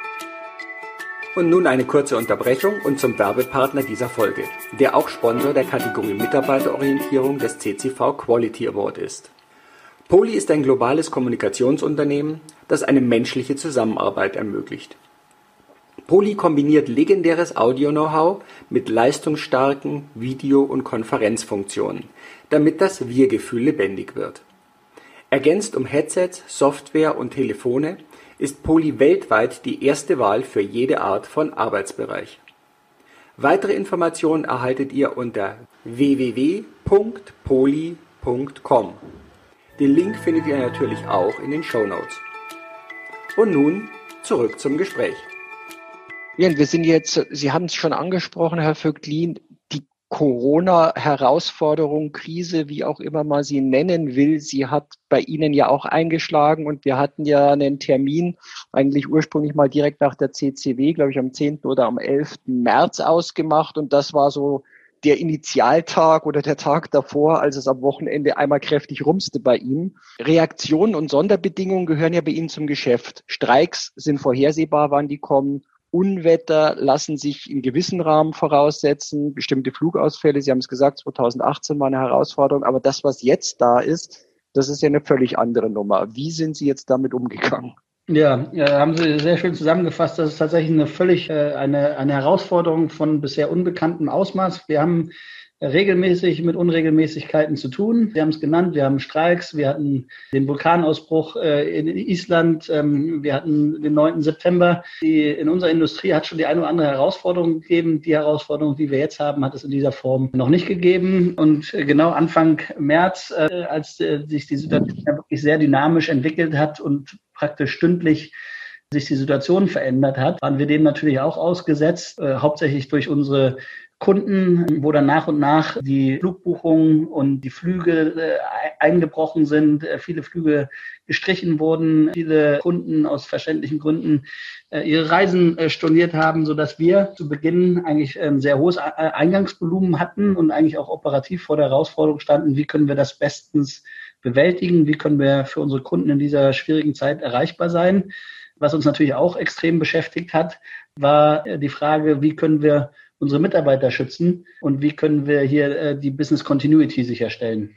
Speaker 1: Und nun eine kurze Unterbrechung und zum Werbepartner dieser Folge, der auch Sponsor der Kategorie Mitarbeiterorientierung des C C V Quality Award ist. Poly ist ein globales Kommunikationsunternehmen, das eine menschliche Zusammenarbeit ermöglicht. Poly kombiniert legendäres Audio-Know-how mit leistungsstarken Video- und Konferenzfunktionen, damit das Wir-Gefühl lebendig wird. Ergänzt um Headsets, Software und Telefone ist Poly weltweit die erste Wahl für jede Art von Arbeitsbereich. Weitere Informationen erhaltet ihr unter w w w punkt poly punkt com. Den Link findet ihr natürlich auch in den Shownotes. Und nun zurück zum Gespräch.
Speaker 4: Ja, wir sind jetzt, Sie haben es schon angesprochen, Herr Vöglin, die Corona-Herausforderung, Krise, wie auch immer man sie nennen will, sie hat bei Ihnen ja auch eingeschlagen und wir hatten ja einen Termin eigentlich ursprünglich mal direkt nach der C C W, glaube ich am zehnten oder am elften März ausgemacht und das war so der Initialtag oder der Tag davor, als es am Wochenende einmal kräftig rumste bei ihm. Reaktionen und Sonderbedingungen gehören ja bei Ihnen zum Geschäft. Streiks sind vorhersehbar, wann die kommen. Unwetter lassen sich in gewissen Rahmen voraussetzen. Bestimmte Flugausfälle, Sie haben es gesagt, zweitausendachtzehn war eine Herausforderung. Aber das, was jetzt da ist, Das ist ja eine völlig andere Nummer. Wie sind Sie jetzt damit umgegangen?
Speaker 2: Ja, äh, haben Sie sehr schön zusammengefasst. Das ist tatsächlich eine völlig äh, eine, eine Herausforderung von bisher unbekanntem Ausmaß. Wir haben regelmäßig mit Unregelmäßigkeiten zu tun. Wir haben es genannt, wir haben Streiks, wir hatten den Vulkanausbruch äh, in Island, ähm, wir hatten den neunten September. Die, in unserer Industrie hat schon die eine oder andere Herausforderung gegeben. Die Herausforderung, die wir jetzt haben, hat es in dieser Form noch nicht gegeben. Und äh, genau Anfang März, äh, als äh, sich die Situation ja wirklich sehr dynamisch entwickelt hat und praktisch stündlich sich die Situation verändert hat, waren wir dem natürlich auch ausgesetzt, äh, hauptsächlich durch unsere Kunden, wo dann nach und nach die Flugbuchungen und die Flüge äh, eingebrochen sind, äh, viele Flüge gestrichen wurden, viele Kunden aus verständlichen Gründen äh, ihre Reisen äh, storniert haben, sodass wir zu Beginn eigentlich ein sehr hohes Eingangsvolumen hatten und eigentlich auch operativ vor der Herausforderung standen, wie können wir das bestens bewältigen, wie können wir für unsere Kunden in dieser schwierigen Zeit erreichbar sein. Was uns natürlich auch extrem beschäftigt hat, war die Frage, wie können wir unsere Mitarbeiter schützen und wie können wir hier äh, die Business Continuity sicherstellen.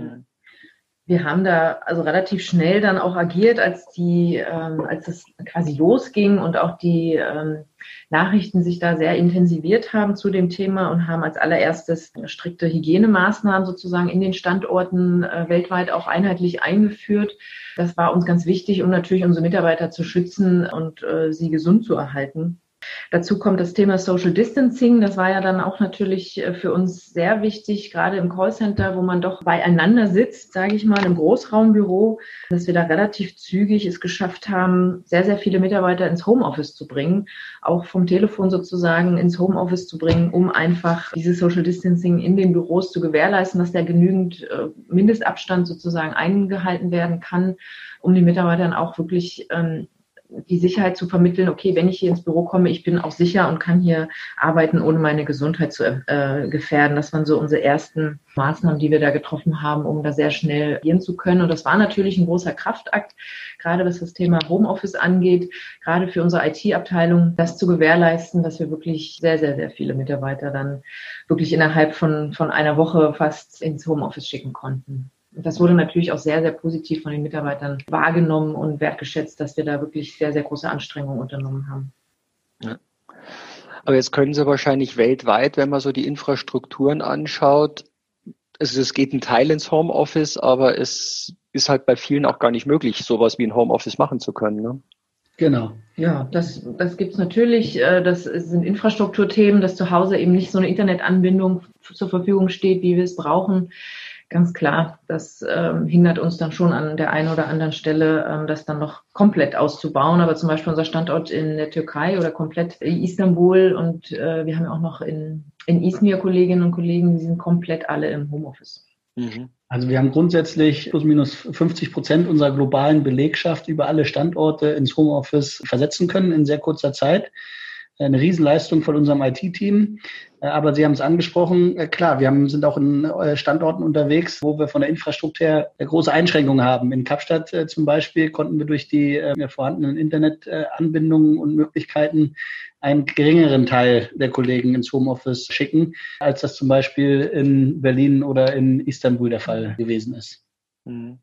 Speaker 3: Wir haben da also relativ schnell dann auch agiert, als die, ähm, als es quasi losging und auch die ähm, Nachrichten sich da sehr intensiviert haben zu dem Thema und haben als allererstes strikte Hygienemaßnahmen sozusagen in den Standorten äh, weltweit auch einheitlich eingeführt. Das war uns ganz wichtig, um natürlich unsere Mitarbeiter zu schützen und äh, sie gesund zu erhalten. Dazu kommt das Thema Social Distancing. Das war ja dann auch natürlich für uns sehr wichtig, gerade im Callcenter, wo man doch beieinander sitzt, sage ich mal, im Großraumbüro, dass wir da relativ zügig es geschafft haben, sehr, sehr viele Mitarbeiter ins Homeoffice zu bringen, auch vom Telefon sozusagen ins Homeoffice zu bringen, um einfach dieses Social Distancing in den Büros zu gewährleisten, dass da genügend äh, Mindestabstand sozusagen eingehalten werden kann, um den Mitarbeitern auch wirklich ähm, die Sicherheit zu vermitteln, okay, wenn ich hier ins Büro komme, ich bin auch sicher und kann hier arbeiten, ohne meine Gesundheit zu äh, gefährden. Das waren so unsere ersten Maßnahmen, die wir da getroffen haben, um da sehr schnell agieren zu können. Und das war natürlich ein großer Kraftakt, gerade was das Thema Homeoffice angeht, gerade für unsere I T-Abteilung, das zu gewährleisten, dass wir wirklich sehr, sehr, sehr viele Mitarbeiter dann wirklich innerhalb von, von einer Woche fast ins Homeoffice schicken konnten. Das wurde natürlich auch sehr, sehr positiv von den Mitarbeitern wahrgenommen und wertgeschätzt, dass wir da wirklich sehr, sehr große Anstrengungen unternommen haben.
Speaker 4: Ja. Aber jetzt können Sie wahrscheinlich weltweit, wenn man so die Infrastrukturen anschaut, also es geht ein Teil ins Homeoffice, aber es ist halt bei vielen auch gar nicht möglich, sowas wie ein Homeoffice machen zu können, ne?
Speaker 2: Genau.
Speaker 3: Ja, das, das gibt's natürlich. Das sind Infrastrukturthemen, dass zu Hause eben nicht so eine Internetanbindung zur Verfügung steht, wie wir es brauchen. Ganz klar, das ähm, hindert uns dann schon an der einen oder anderen Stelle, ähm, das dann noch komplett auszubauen. Aber zum Beispiel unser Standort in der Türkei oder komplett in Istanbul und äh, wir haben ja auch noch in, in Izmir Kolleginnen und Kollegen, die sind komplett alle im Homeoffice.
Speaker 2: Mhm. Also wir haben grundsätzlich plus minus fünfzig Prozent unserer globalen Belegschaft über alle Standorte ins Homeoffice versetzen können in sehr kurzer Zeit. Eine Riesenleistung von unserem I T-Team. Aber Sie haben es angesprochen, klar, wir haben, sind auch in Standorten unterwegs, wo wir von der Infrastruktur her große Einschränkungen haben. In Kapstadt zum Beispiel konnten wir durch die vorhandenen Internetanbindungen und Möglichkeiten einen geringeren Teil der Kollegen ins Homeoffice schicken, als das zum Beispiel in Berlin oder in Istanbul der Fall gewesen ist.
Speaker 4: Mhm.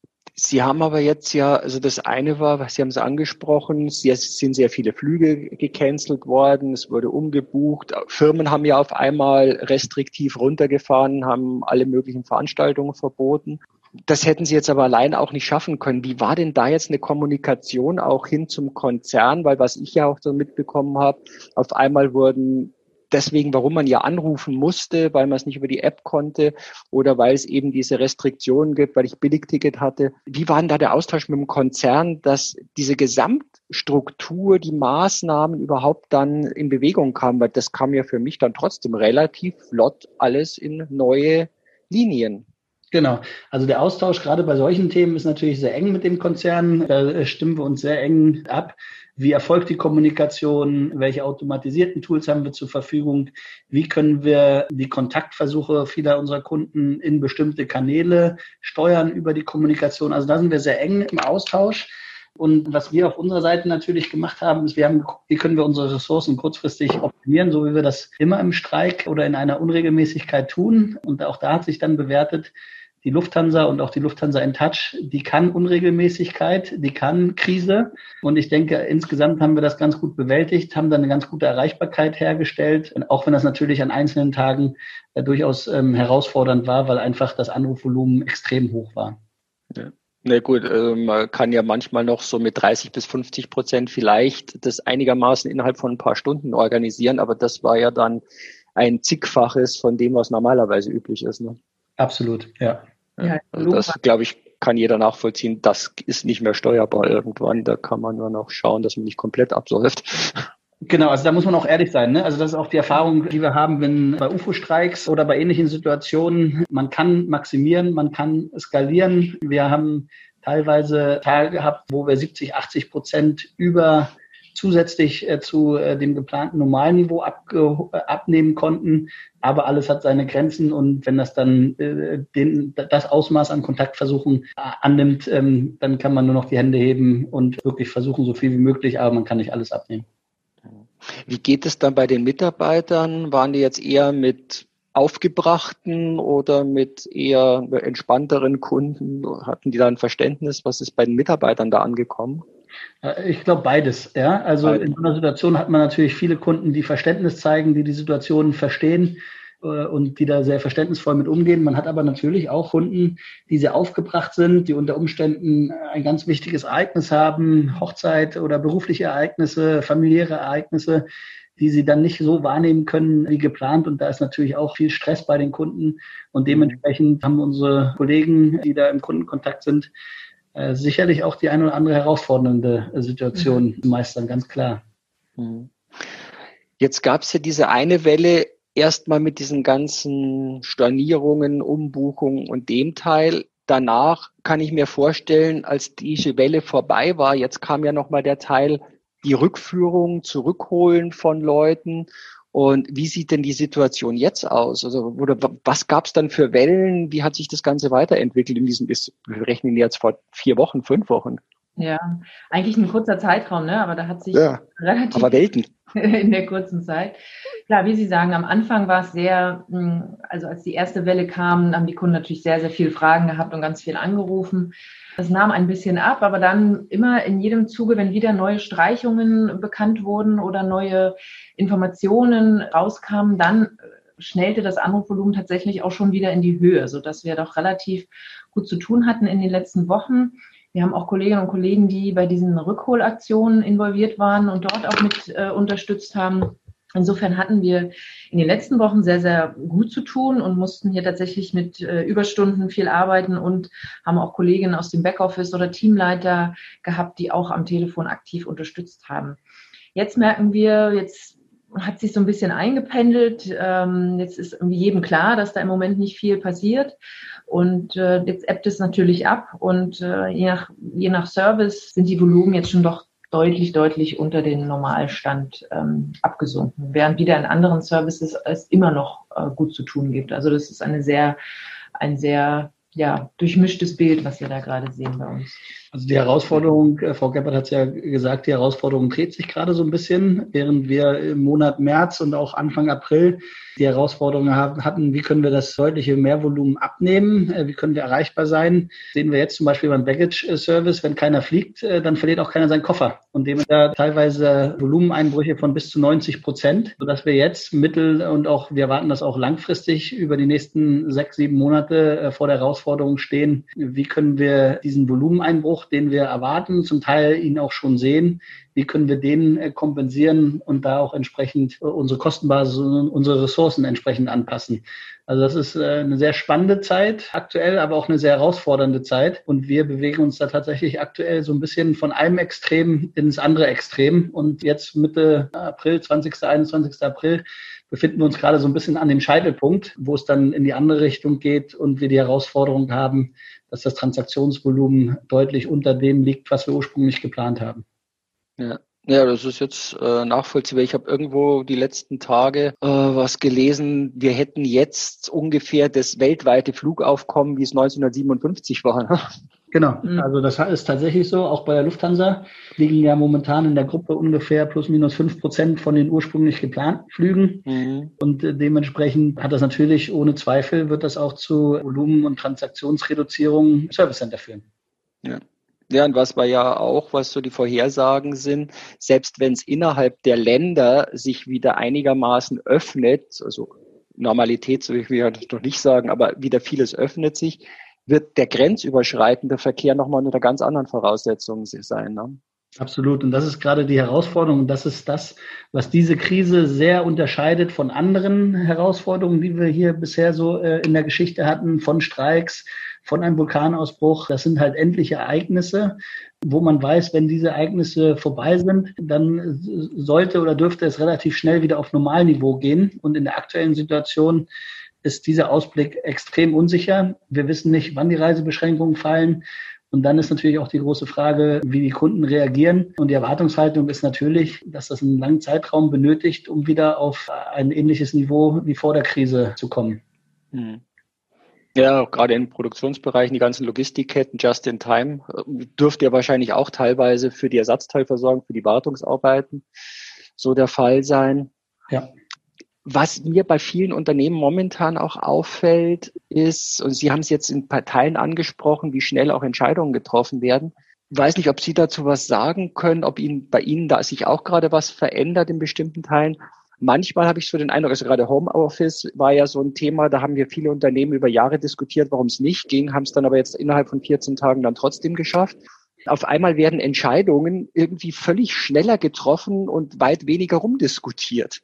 Speaker 4: Sie haben aber jetzt ja, also das eine war, Sie haben es angesprochen, es sind sehr viele Flüge gecancelt worden, es wurde umgebucht. Firmen haben ja auf einmal restriktiv runtergefahren, haben alle möglichen Veranstaltungen verboten. Das hätten Sie jetzt aber allein auch nicht schaffen können. Wie war denn da jetzt eine Kommunikation auch hin zum Konzern? Weil was ich ja auch so mitbekommen habe, auf einmal wurden deswegen, warum man ja anrufen musste, weil man es nicht über die App konnte oder weil es eben diese Restriktionen gibt, weil ich Billigticket hatte. Wie war denn da der Austausch mit dem Konzern, dass diese Gesamtstruktur, die Maßnahmen überhaupt dann in Bewegung kamen? Weil das kam ja für mich dann trotzdem relativ flott alles in neue Linien.
Speaker 2: Genau. Also der Austausch gerade bei solchen Themen ist natürlich sehr eng mit dem Konzern. Da stimmen wir uns sehr eng ab. Wie erfolgt die Kommunikation? Welche automatisierten Tools haben wir zur Verfügung? Wie können wir die Kontaktversuche vieler unserer Kunden in bestimmte Kanäle steuern über die Kommunikation? Also da sind wir sehr eng im Austausch. Und was wir auf unserer Seite natürlich gemacht haben, ist, wir haben geguckt, wie können wir unsere Ressourcen kurzfristig optimieren, so wie wir das immer im Streik oder in einer Unregelmäßigkeit tun. Und auch da hat sich dann bewertet, die Lufthansa und auch die Lufthansa InTouch, die kann Unregelmäßigkeit, die kann Krise. Und ich denke, insgesamt haben wir das ganz gut bewältigt, haben dann eine ganz gute Erreichbarkeit hergestellt. Und auch wenn das natürlich an einzelnen Tagen äh, durchaus ähm, herausfordernd war, weil einfach das Anrufvolumen extrem hoch war.
Speaker 4: Ja. Na gut, äh, man kann ja manchmal noch so mit dreißig bis fünfzig Prozent vielleicht das einigermaßen innerhalb von ein paar Stunden organisieren, aber das war ja dann ein zigfaches von dem, was normalerweise üblich ist. Ne?
Speaker 2: Absolut, ja.
Speaker 4: Ja, also das, glaube ich, kann jeder nachvollziehen. Das ist nicht mehr steuerbar irgendwann. Da kann man nur noch schauen, dass man nicht komplett absäuft.
Speaker 2: Genau, also da muss man auch ehrlich sein. Ne? Also das ist auch die Erfahrung, die wir haben, wenn bei U F O-Streiks oder bei ähnlichen Situationen, man kann maximieren, man kann skalieren. Wir haben teilweise Tage gehabt, wo wir siebzig, achtzig Prozent über zusätzlich äh, zu äh, dem geplanten Normalniveau abge- äh, abnehmen konnten. Aber alles hat seine Grenzen und wenn das dann äh, den, das Ausmaß an Kontaktversuchen äh, annimmt, ähm, dann kann man nur noch die Hände heben und wirklich versuchen, so viel wie möglich, aber man kann nicht alles abnehmen.
Speaker 4: Wie geht es dann bei den Mitarbeitern? Waren die jetzt eher mit aufgebrachten oder mit eher entspannteren Kunden? Hatten die da ein Verständnis? Was ist bei den Mitarbeitern da angekommen?
Speaker 2: Ich glaube beides, ja. Also Beide. In so einer Situation hat man natürlich viele Kunden, die Verständnis zeigen, die die Situation verstehen äh, und die da sehr verständnisvoll mit umgehen. Man hat aber natürlich auch Kunden, die sehr aufgebracht sind, die unter Umständen ein ganz wichtiges Ereignis haben, Hochzeit oder berufliche Ereignisse, familiäre Ereignisse, die sie dann nicht so wahrnehmen können wie geplant. Und da ist natürlich auch viel Stress bei den Kunden. Und dementsprechend haben unsere Kollegen, die da im Kundenkontakt sind, Äh, sicherlich auch die eine oder andere herausfordernde äh, Situation mhm. meistern, ganz klar.
Speaker 4: Jetzt gab es ja diese eine Welle erstmal mit diesen ganzen Stornierungen, Umbuchungen und dem Teil. Danach kann ich mir vorstellen, als diese Welle vorbei war, jetzt kam ja nochmal der Teil, die Rückführung, Zurückholen von Leuten. Und wie sieht denn die Situation jetzt aus? Also, oder was gab es dann für Wellen? Wie hat sich das Ganze weiterentwickelt in diesem, ist, wir rechnen jetzt vor vier Wochen, fünf Wochen?
Speaker 3: Ja, eigentlich ein kurzer Zeitraum, ne? Aber da hat sich
Speaker 4: ja,
Speaker 3: relativ
Speaker 4: aber Welten
Speaker 3: in der kurzen Zeit. Klar, wie Sie sagen, am Anfang war es sehr, also als die erste Welle kam, haben die Kunden natürlich sehr, sehr viele Fragen gehabt und ganz viel angerufen. Das nahm ein bisschen ab, aber dann immer in jedem Zuge, wenn wieder neue Streichungen bekannt wurden oder neue Informationen rauskamen, dann schnellte das Anrufvolumen tatsächlich auch schon wieder in die Höhe, sodass wir doch relativ gut zu tun hatten in den letzten Wochen. Wir haben auch Kolleginnen und Kollegen, die bei diesen Rückholaktionen involviert waren und dort auch mit äh, unterstützt haben. Insofern hatten wir in den letzten Wochen sehr, sehr gut zu tun und mussten hier tatsächlich mit äh, Überstunden viel arbeiten und haben auch Kolleginnen aus dem Backoffice oder Teamleiter gehabt, die auch am Telefon aktiv unterstützt haben. Jetzt merken wir, jetzt hat sich so ein bisschen eingependelt. Ähm, jetzt ist irgendwie jedem klar, dass da im Moment nicht viel passiert. Und äh, jetzt ebbt es natürlich ab. Und äh, je nach, je nach Service sind die Volumen jetzt schon doch deutlich, deutlich unter den Normalstand ähm, abgesunken, während wieder in anderen Services es immer noch äh, gut zu tun gibt. Also das ist eine sehr, ein sehr ja, durchmischtes Bild, was wir da gerade sehen bei uns.
Speaker 2: Also die Herausforderung, äh, Frau Gebhardt hat es ja gesagt, die Herausforderung dreht sich gerade so ein bisschen, während wir im Monat März und auch Anfang April die Herausforderung haben, hatten, wie können wir das deutliche Mehrvolumen abnehmen, äh, wie können wir erreichbar sein. Sehen wir jetzt zum Beispiel beim Baggage-Service, wenn keiner fliegt, äh, dann verliert auch keiner seinen Koffer. Und dem da teilweise Volumeneinbrüche von bis zu neunzig Prozent, sodass wir jetzt mittel- und auch, wir erwarten das auch langfristig über die nächsten sechs, sieben Monate äh, vor der Herausforderung stehen, wie können wir diesen Volumeneinbruch, den wir erwarten, zum Teil ihn auch schon sehen, wie können wir den äh, kompensieren und da auch entsprechend äh, unsere Kostenbasis und unsere Ressourcen entsprechend anpassen. Also das ist äh, eine sehr spannende Zeit aktuell, aber auch eine sehr herausfordernde Zeit. Und wir bewegen uns da tatsächlich aktuell so ein bisschen von einem Extrem ins andere Extrem. Und jetzt Mitte April, zwanzigsten, einundzwanzigsten April, befinden wir uns gerade so ein bisschen an dem Scheitelpunkt, wo es dann in die andere Richtung geht und wir die Herausforderung haben, dass das Transaktionsvolumen deutlich unter dem liegt, was wir ursprünglich geplant haben.
Speaker 4: Ja. Ja, das ist jetzt äh, nachvollziehbar. Ich habe irgendwo die letzten Tage äh, was gelesen. Wir hätten jetzt ungefähr das weltweite Flugaufkommen, wie es neunzehnhundertsiebenundfünfzig war. Ne?
Speaker 2: Genau, also das ist tatsächlich so. Auch bei der Lufthansa liegen ja momentan in der Gruppe ungefähr plus minus fünf Prozent von den ursprünglich geplanten Flügen. Mhm. Und dementsprechend hat das natürlich ohne Zweifel, wird das auch zu Volumen- und Transaktionsreduzierung im Service Center führen.
Speaker 4: Ja. Ja, und was wir ja auch, was so die Vorhersagen sind, selbst wenn es innerhalb der Länder sich wieder einigermaßen öffnet, also Normalität, so will ich ja noch nicht sagen, aber wieder vieles öffnet sich, wird der grenzüberschreitende Verkehr nochmal unter ganz anderen Voraussetzungen sein. Ne?
Speaker 2: Absolut. Und das ist gerade die Herausforderung. Und das ist das, was diese Krise sehr unterscheidet von anderen Herausforderungen, die wir hier bisher so äh, in der Geschichte hatten, von Streiks, von einem Vulkanausbruch. Das sind halt endliche Ereignisse, wo man weiß, wenn diese Ereignisse vorbei sind, dann sollte oder dürfte es relativ schnell wieder auf Normalniveau gehen. Und in der aktuellen Situation ist dieser Ausblick extrem unsicher. Wir wissen nicht, wann die Reisebeschränkungen fallen. Und dann ist natürlich auch die große Frage, wie die Kunden reagieren. Und die Erwartungshaltung ist natürlich, dass das einen langen Zeitraum benötigt, um wieder auf ein ähnliches Niveau wie vor der Krise zu kommen.
Speaker 4: Hm. Ja, gerade in Produktionsbereichen, die ganzen Logistikketten, just in time, dürfte ja wahrscheinlich auch teilweise für die Ersatzteilversorgung, für die Wartungsarbeiten so der Fall sein.
Speaker 2: Ja.
Speaker 4: Was mir bei vielen Unternehmen momentan auch auffällt, ist, und Sie haben es jetzt in Teilen angesprochen, wie schnell auch Entscheidungen getroffen werden. Ich weiß nicht, ob Sie dazu was sagen können, ob Ihnen bei Ihnen da sich auch gerade was verändert in bestimmten Teilen. Manchmal habe ich so den Eindruck, also gerade Homeoffice war ja so ein Thema, da haben wir viele Unternehmen über Jahre diskutiert, warum es nicht ging, haben es dann aber jetzt innerhalb von vierzehn Tagen dann trotzdem geschafft. Auf einmal werden Entscheidungen irgendwie völlig schneller getroffen und weit weniger rumdiskutiert.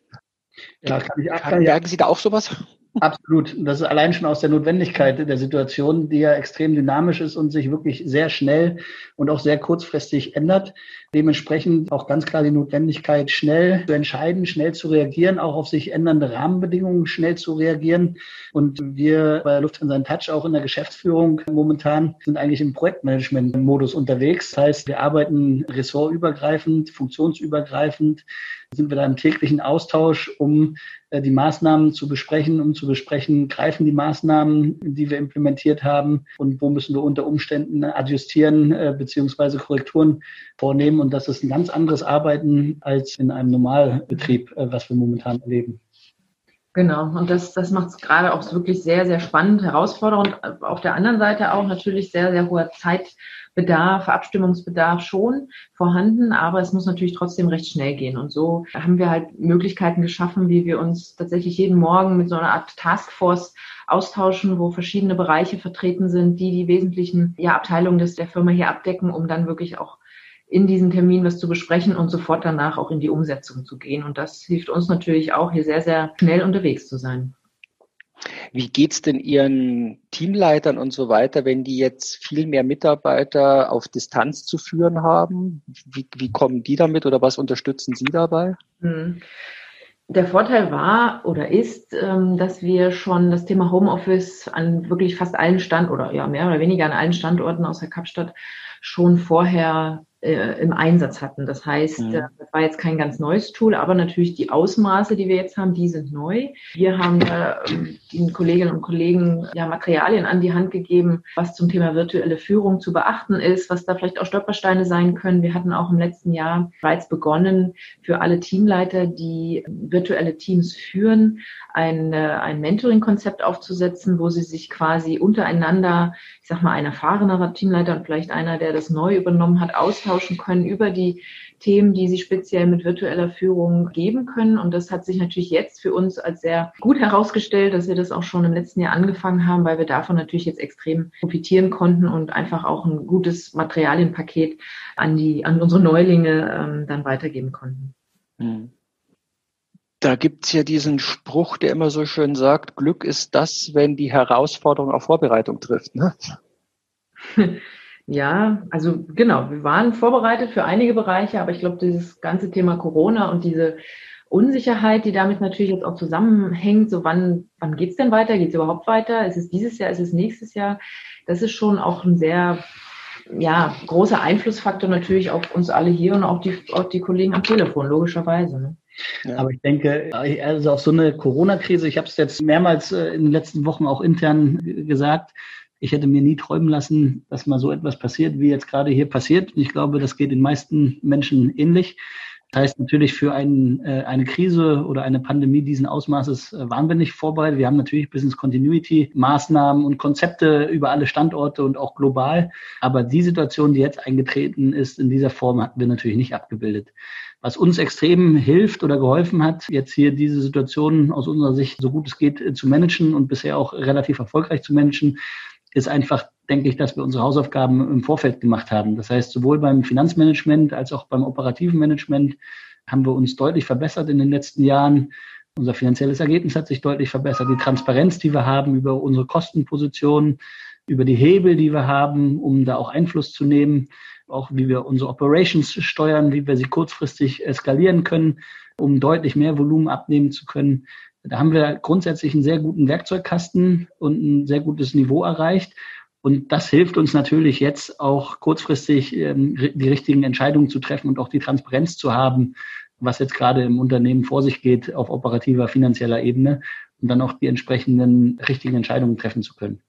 Speaker 2: Ja, kann ich,
Speaker 4: kann, merken Sie da auch sowas?
Speaker 2: Absolut. Das ist allein schon aus der Notwendigkeit der Situation, die ja extrem dynamisch ist und sich wirklich sehr schnell und auch sehr kurzfristig ändert. Dementsprechend auch ganz klar die Notwendigkeit, schnell zu entscheiden, schnell zu reagieren, auch auf sich ändernde Rahmenbedingungen schnell zu reagieren. Und wir bei Lufthansa in Touch auch in der Geschäftsführung momentan sind eigentlich im Projektmanagement-Modus unterwegs. Das heißt, wir arbeiten ressortübergreifend, funktionsübergreifend, sind wir da im täglichen Austausch, um äh, die Maßnahmen zu besprechen, um zu besprechen, greifen die Maßnahmen, die wir implementiert haben und wo müssen wir unter Umständen adjustieren äh, beziehungsweise Korrekturen vornehmen. Und das ist ein ganz anderes Arbeiten als in einem Normalbetrieb, äh, was wir momentan erleben.
Speaker 3: Genau, und das, das macht es gerade auch wirklich sehr, sehr spannend, herausfordernd. Auf der anderen Seite auch natürlich sehr, sehr hoher Zeitbedarf, Abstimmungsbedarf schon vorhanden, aber es muss natürlich trotzdem recht schnell gehen. Und so haben wir halt Möglichkeiten geschaffen, wie wir uns tatsächlich jeden Morgen mit so einer Art Taskforce austauschen, wo verschiedene Bereiche vertreten sind, die die wesentlichen ja, Abteilungen des, der Firma hier abdecken, um dann wirklich auch in diesem Termin was zu besprechen und sofort danach auch in die Umsetzung zu gehen. Und das hilft uns natürlich auch, hier sehr, sehr schnell unterwegs zu sein.
Speaker 4: Wie geht's denn Ihren Teamleitern und so weiter, wenn die jetzt viel mehr Mitarbeiter auf Distanz zu führen haben? Wie, wie kommen die damit oder was unterstützen Sie dabei?
Speaker 3: Hm. Der Vorteil war oder ist, dass wir schon das Thema Homeoffice an wirklich fast allen Standorten oder ja mehr oder weniger an allen Standorten aus der Kapstadt schon vorher äh, im Einsatz hatten. Das heißt, mhm. das war jetzt kein ganz neues Tool, aber natürlich die Ausmaße, die wir jetzt haben, die sind neu. Wir haben äh, den Kolleginnen und Kollegen ja Materialien an die Hand gegeben, was zum Thema virtuelle Führung zu beachten ist, was da vielleicht auch Stolpersteine sein können. Wir hatten auch im letzten Jahr bereits begonnen, für alle Teamleiter, die virtuelle Teams führen, ein, ein Mentoring-Konzept aufzusetzen, wo sie sich quasi untereinander, ich sag mal, ein erfahrenerer Teamleiter und vielleicht einer, der das neu übernommen hat, austauschen können über die Themen, die sie speziell mit virtueller Führung geben können. Und das hat sich natürlich jetzt für uns als sehr gut herausgestellt, dass wir das auch schon im letzten Jahr angefangen haben, weil wir davon natürlich jetzt extrem profitieren konnten und einfach auch ein gutes Materialienpaket an die, an unsere Neulinge ähm, dann weitergeben konnten.
Speaker 4: Hm. Da gibt's ja diesen Spruch, der immer so schön sagt, Glück ist das, wenn die Herausforderung auf Vorbereitung trifft, ne?
Speaker 3: Ja, also genau, wir waren vorbereitet für einige Bereiche, aber ich glaube, dieses ganze Thema Corona und diese Unsicherheit, die damit natürlich jetzt auch zusammenhängt, so wann, wann geht's denn weiter, geht's überhaupt weiter, ist es dieses Jahr, ist es nächstes Jahr, das ist schon auch ein sehr ja, großer Einflussfaktor natürlich auf uns alle hier und auch die, auch die Kollegen am Telefon, logischerweise, ne?
Speaker 2: Ja. Aber ich denke, also auf so eine Corona-Krise, ich habe es jetzt mehrmals in den letzten Wochen auch intern gesagt, Ich hätte mir nie träumen lassen, dass mal so etwas passiert, wie jetzt gerade hier passiert. Und ich glaube, das geht den meisten Menschen ähnlich. Das heißt natürlich, für ein, äh, eine Krise oder eine Pandemie diesen Ausmaßes äh, waren wir nicht vorbereitet. Wir haben natürlich Business Continuity Maßnahmen und Konzepte über alle Standorte und auch global. Aber die Situation, die jetzt eingetreten ist, in dieser Form hatten wir natürlich nicht abgebildet. Was uns extrem hilft oder geholfen hat, jetzt hier diese Situation aus unserer Sicht so gut es geht äh, zu managen und bisher auch relativ erfolgreich zu managen, ist einfach, denke ich, dass wir unsere Hausaufgaben im Vorfeld gemacht haben. Das heißt, sowohl beim Finanzmanagement als auch beim operativen Management haben wir uns deutlich verbessert in den letzten Jahren. Unser finanzielles Ergebnis hat sich deutlich verbessert. Die Transparenz, die wir haben über unsere Kostenpositionen, über die Hebel, die wir haben, um da auch Einfluss zu nehmen, auch wie wir unsere Operations steuern, wie wir sie kurzfristig skalieren können, um deutlich mehr Volumen abnehmen zu können. Da haben wir grundsätzlich einen sehr guten Werkzeugkasten und ein sehr gutes Niveau erreicht. Und das hilft uns natürlich jetzt auch kurzfristig ähm, die richtigen Entscheidungen zu treffen und auch die Transparenz zu haben, was jetzt gerade im Unternehmen vor sich geht auf operativer, finanzieller Ebene und dann auch die entsprechenden richtigen Entscheidungen treffen zu können.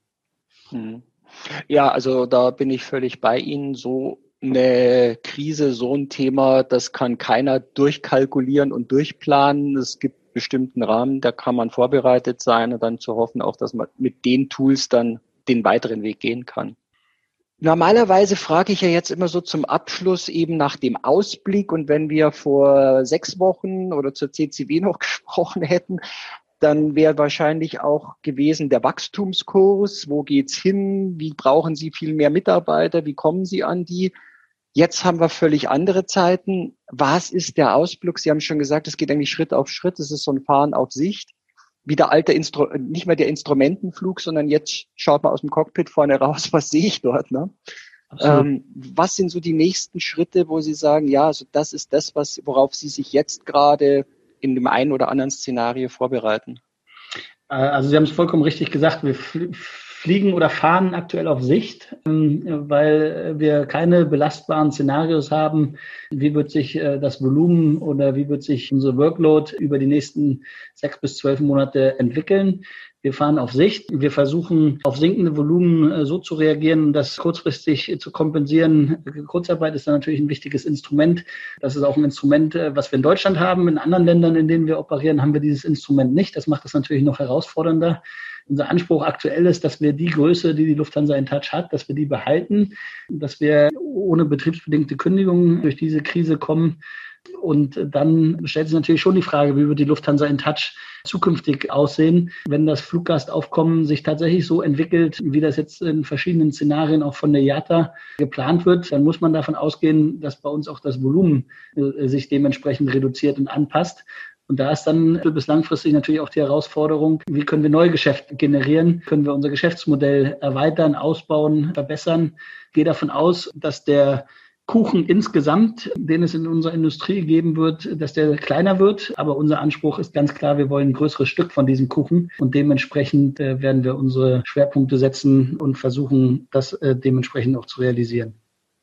Speaker 4: Ja, also da bin ich völlig bei Ihnen. So eine Krise, so ein Thema, das kann keiner durchkalkulieren und durchplanen. Es gibt bestimmten Rahmen, da kann man vorbereitet sein und dann zu hoffen auch, dass man mit den Tools dann den weiteren Weg gehen kann. Normalerweise frage ich ja jetzt immer so zum Abschluss eben nach dem Ausblick, und wenn wir vor sechs Wochen oder zur C C W noch gesprochen hätten, dann wäre wahrscheinlich auch gewesen der Wachstumskurs. Wo geht's hin? Wie brauchen Sie viel mehr Mitarbeiter? Wie kommen Sie an die? Jetzt haben wir völlig andere Zeiten. Was ist der Ausblick? Sie haben schon gesagt, es geht eigentlich Schritt auf Schritt. Es ist so ein Fahren auf Sicht. Wie der alte Instru- nicht mehr der Instrumentenflug, sondern jetzt schaut man aus dem Cockpit vorne raus, was sehe ich dort, ne? Ähm, was sind so die nächsten Schritte, wo Sie sagen, ja, also das ist das, was, worauf Sie sich jetzt gerade in dem einen oder anderen Szenario vorbereiten?
Speaker 2: Also Sie haben es vollkommen richtig gesagt. Wir fliegen oder fahren aktuell auf Sicht, weil wir keine belastbaren Szenarios haben. Wie wird sich das Volumen oder wie wird sich unsere Workload über die nächsten sechs bis zwölf Monate entwickeln? Wir fahren auf Sicht. Wir versuchen, auf sinkende Volumen so zu reagieren, das kurzfristig zu kompensieren. Kurzarbeit ist da natürlich ein wichtiges Instrument. Das ist auch ein Instrument, was wir in Deutschland haben. In anderen Ländern, in denen wir operieren, haben wir dieses Instrument nicht. Das macht es natürlich noch herausfordernder. Unser Anspruch aktuell ist, dass wir die Größe, die die Lufthansa InTouch hat, dass wir die behalten, dass wir ohne betriebsbedingte Kündigungen durch diese Krise kommen. Und dann stellt sich natürlich schon die Frage, wie wird die Lufthansa InTouch zukünftig aussehen, wenn das Fluggastaufkommen sich tatsächlich so entwickelt, wie das jetzt in verschiedenen Szenarien auch von der I A T A geplant wird. Dann muss man davon ausgehen, dass bei uns auch das Volumen äh, sich dementsprechend reduziert und anpasst. Und da ist dann bis langfristig natürlich auch die Herausforderung, wie können wir Neugeschäft generieren? Können wir unser Geschäftsmodell erweitern, ausbauen, verbessern? Ich gehe davon aus, dass der Kuchen insgesamt, den es in unserer Industrie geben wird, dass der kleiner wird. Aber unser Anspruch ist ganz klar, wir wollen ein größeres Stück von diesem Kuchen. Und dementsprechend äh, werden wir unsere Schwerpunkte setzen und versuchen, das äh, dementsprechend auch zu realisieren.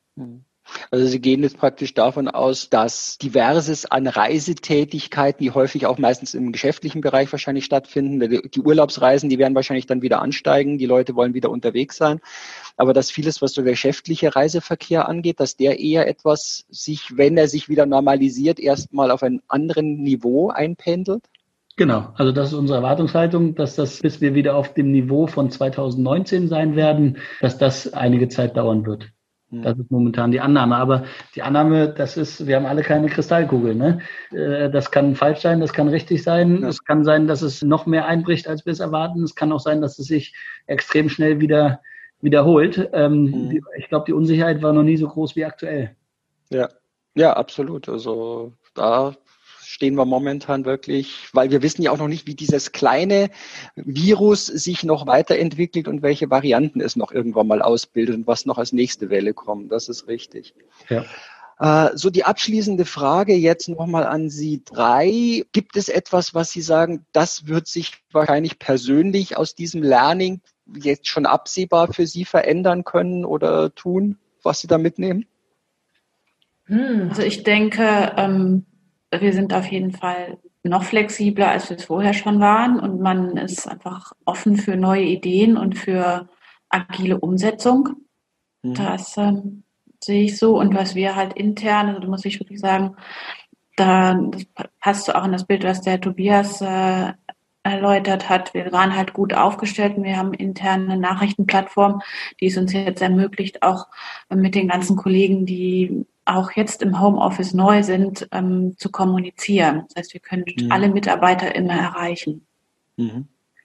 Speaker 4: Also Sie gehen jetzt praktisch davon aus, dass Diverses an Reisetätigkeiten, die häufig auch meistens im geschäftlichen Bereich wahrscheinlich stattfinden, die Urlaubsreisen, die werden wahrscheinlich dann wieder ansteigen, die Leute wollen wieder unterwegs sein, aber dass vieles, was so der geschäftliche Reiseverkehr angeht, dass der eher etwas sich, wenn er sich wieder normalisiert, erstmal auf einem anderen Niveau einpendelt?
Speaker 2: Genau, also das ist unsere Erwartungshaltung, dass das, bis wir wieder auf dem Niveau von zweitausendneunzehn sein werden, dass das einige Zeit dauern wird. Das ist momentan die Annahme. Aber die Annahme, das ist, wir haben alle keine Kristallkugel, ne? Das kann falsch sein, das kann richtig sein. Ja. Es kann sein, dass es noch mehr einbricht, als wir es erwarten. Es kann auch sein, dass es sich extrem schnell wieder wiederholt. Mhm. Ich glaube, die Unsicherheit war noch nie so groß wie aktuell.
Speaker 4: Ja, ja, absolut. Also da stehen wir momentan wirklich, weil wir wissen ja auch noch nicht, wie dieses kleine Virus sich noch weiterentwickelt und welche Varianten es noch irgendwann mal ausbildet und was noch als nächste Welle kommt. Das ist richtig.
Speaker 2: Ja.
Speaker 4: Äh, so die abschließende Frage jetzt nochmal an Sie drei. Gibt es etwas, was Sie sagen, das wird sich wahrscheinlich persönlich aus diesem Learning jetzt schon absehbar für Sie verändern können oder tun, was Sie da mitnehmen?
Speaker 5: Also ich denke, ähm wir sind auf jeden Fall noch flexibler, als wir es vorher schon waren, und man ist einfach offen für neue Ideen und für agile Umsetzung.
Speaker 4: Mhm.
Speaker 5: Das ähm, sehe ich so. Und was wir halt intern, also da muss ich wirklich sagen, da das passt auch in das Bild, was der Tobias äh, erläutert hat. Wir waren halt gut aufgestellt und wir haben intern eine Nachrichtenplattform, die es uns jetzt ermöglicht, auch mit den ganzen Kollegen, die auch jetzt im Homeoffice neu sind, ähm, zu kommunizieren. Das heißt, wir können
Speaker 4: Mhm.
Speaker 5: alle Mitarbeiter immer erreichen.
Speaker 4: Mhm.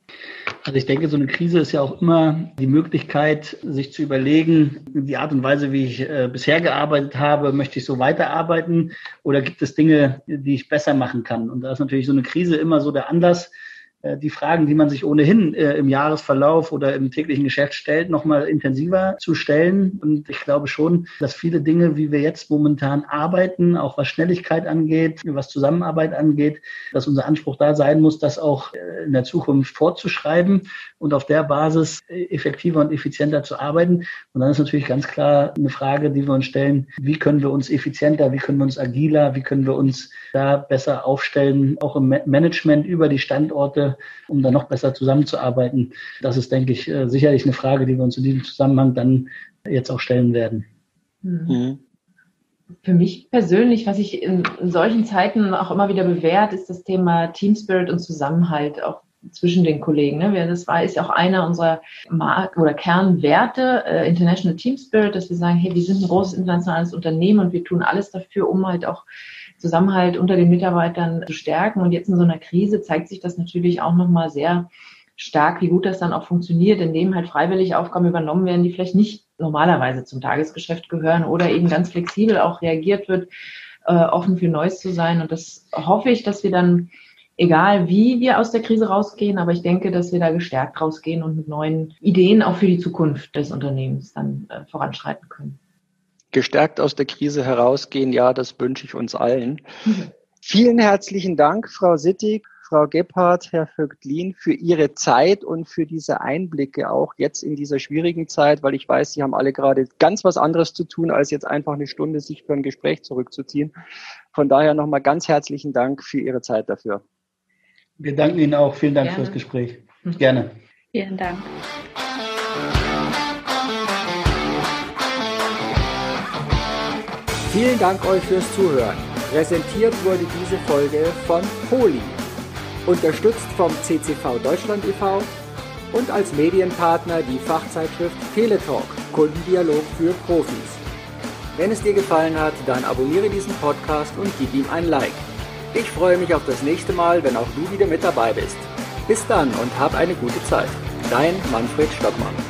Speaker 2: Also ich denke, so eine Krise ist ja auch immer die Möglichkeit, sich zu überlegen, die Art und Weise, wie ich äh, bisher gearbeitet habe, möchte ich so weiterarbeiten oder gibt es Dinge, die ich besser machen kann? Und da ist natürlich so eine Krise immer so der Anlass, äh, die Fragen, die man sich ohnehin äh, im Jahresverlauf oder im täglichen Geschäft stellt, nochmal intensiver zu stellen. Und ich glaube schon, dass viele Dinge, wie wir jetzt momentan arbeiten, auch was Schnelligkeit angeht, was Zusammenarbeit angeht, dass unser Anspruch da sein muss, das auch äh, in der Zukunft fortzuschreiben und auf der Basis äh, effektiver und effizienter zu arbeiten. Und dann ist natürlich ganz klar eine Frage, die wir uns stellen, wie können wir uns effizienter, wie können wir uns agiler, wie können wir uns da besser aufstellen, auch im Ma- Management über die Standorte, um da noch besser zusammenzuarbeiten. Das ist, denke ich, äh, sicherlich eine Frage, die wir uns in diesem Zusammenhang dann jetzt auch stellen werden.
Speaker 4: Mhm.
Speaker 3: Für mich persönlich, was sich in, in solchen Zeiten auch immer wieder bewährt, ist das Thema Team Spirit und Zusammenhalt auch zwischen den Kollegen. Ne? Das war, ist ja auch einer unserer Mark- oder Kernwerte, äh, International Team Spirit, dass wir sagen, hey, wir sind ein großes internationales Unternehmen und wir tun alles dafür, um halt auch Zusammenhalt unter den Mitarbeitern zu stärken. Und jetzt in so einer Krise zeigt sich das natürlich auch nochmal sehr stark, wie gut das dann auch funktioniert, indem halt freiwillig Aufgaben übernommen werden, die vielleicht nicht normalerweise zum Tagesgeschäft gehören oder eben ganz flexibel auch reagiert wird, äh, offen für Neues zu sein. Und das hoffe ich, dass wir dann, egal wie wir aus der Krise rausgehen, aber ich denke, dass wir da gestärkt rausgehen und mit neuen Ideen auch für die Zukunft des Unternehmens dann äh, voranschreiten können.
Speaker 4: Gestärkt aus der Krise herausgehen, ja, das wünsche ich uns allen. Mhm. Vielen herzlichen Dank, Frau Sittig, Frau Gebhardt, Herr Vögtlin, für Ihre Zeit und für diese Einblicke auch jetzt in dieser schwierigen Zeit, weil ich weiß, Sie haben alle gerade ganz was anderes zu tun, als jetzt einfach eine Stunde sich für ein Gespräch zurückzuziehen. Von daher nochmal ganz herzlichen Dank für Ihre Zeit dafür.
Speaker 2: Wir danken Ihnen auch. Vielen Dank
Speaker 3: Gerne.
Speaker 2: für das Gespräch. Gerne.
Speaker 5: Vielen Dank.
Speaker 1: Vielen Dank euch fürs Zuhören. Präsentiert wurde diese Folge von Poly, unterstützt vom C C V Deutschland e V und als Medienpartner die Fachzeitschrift Teletalk, Kundendialog für Profis. Wenn es dir gefallen hat, dann abonniere diesen Podcast und gib ihm ein Like. Ich freue mich auf das nächste Mal, wenn auch du wieder mit dabei bist. Bis dann und hab eine gute Zeit. Dein Manfred Stockmann.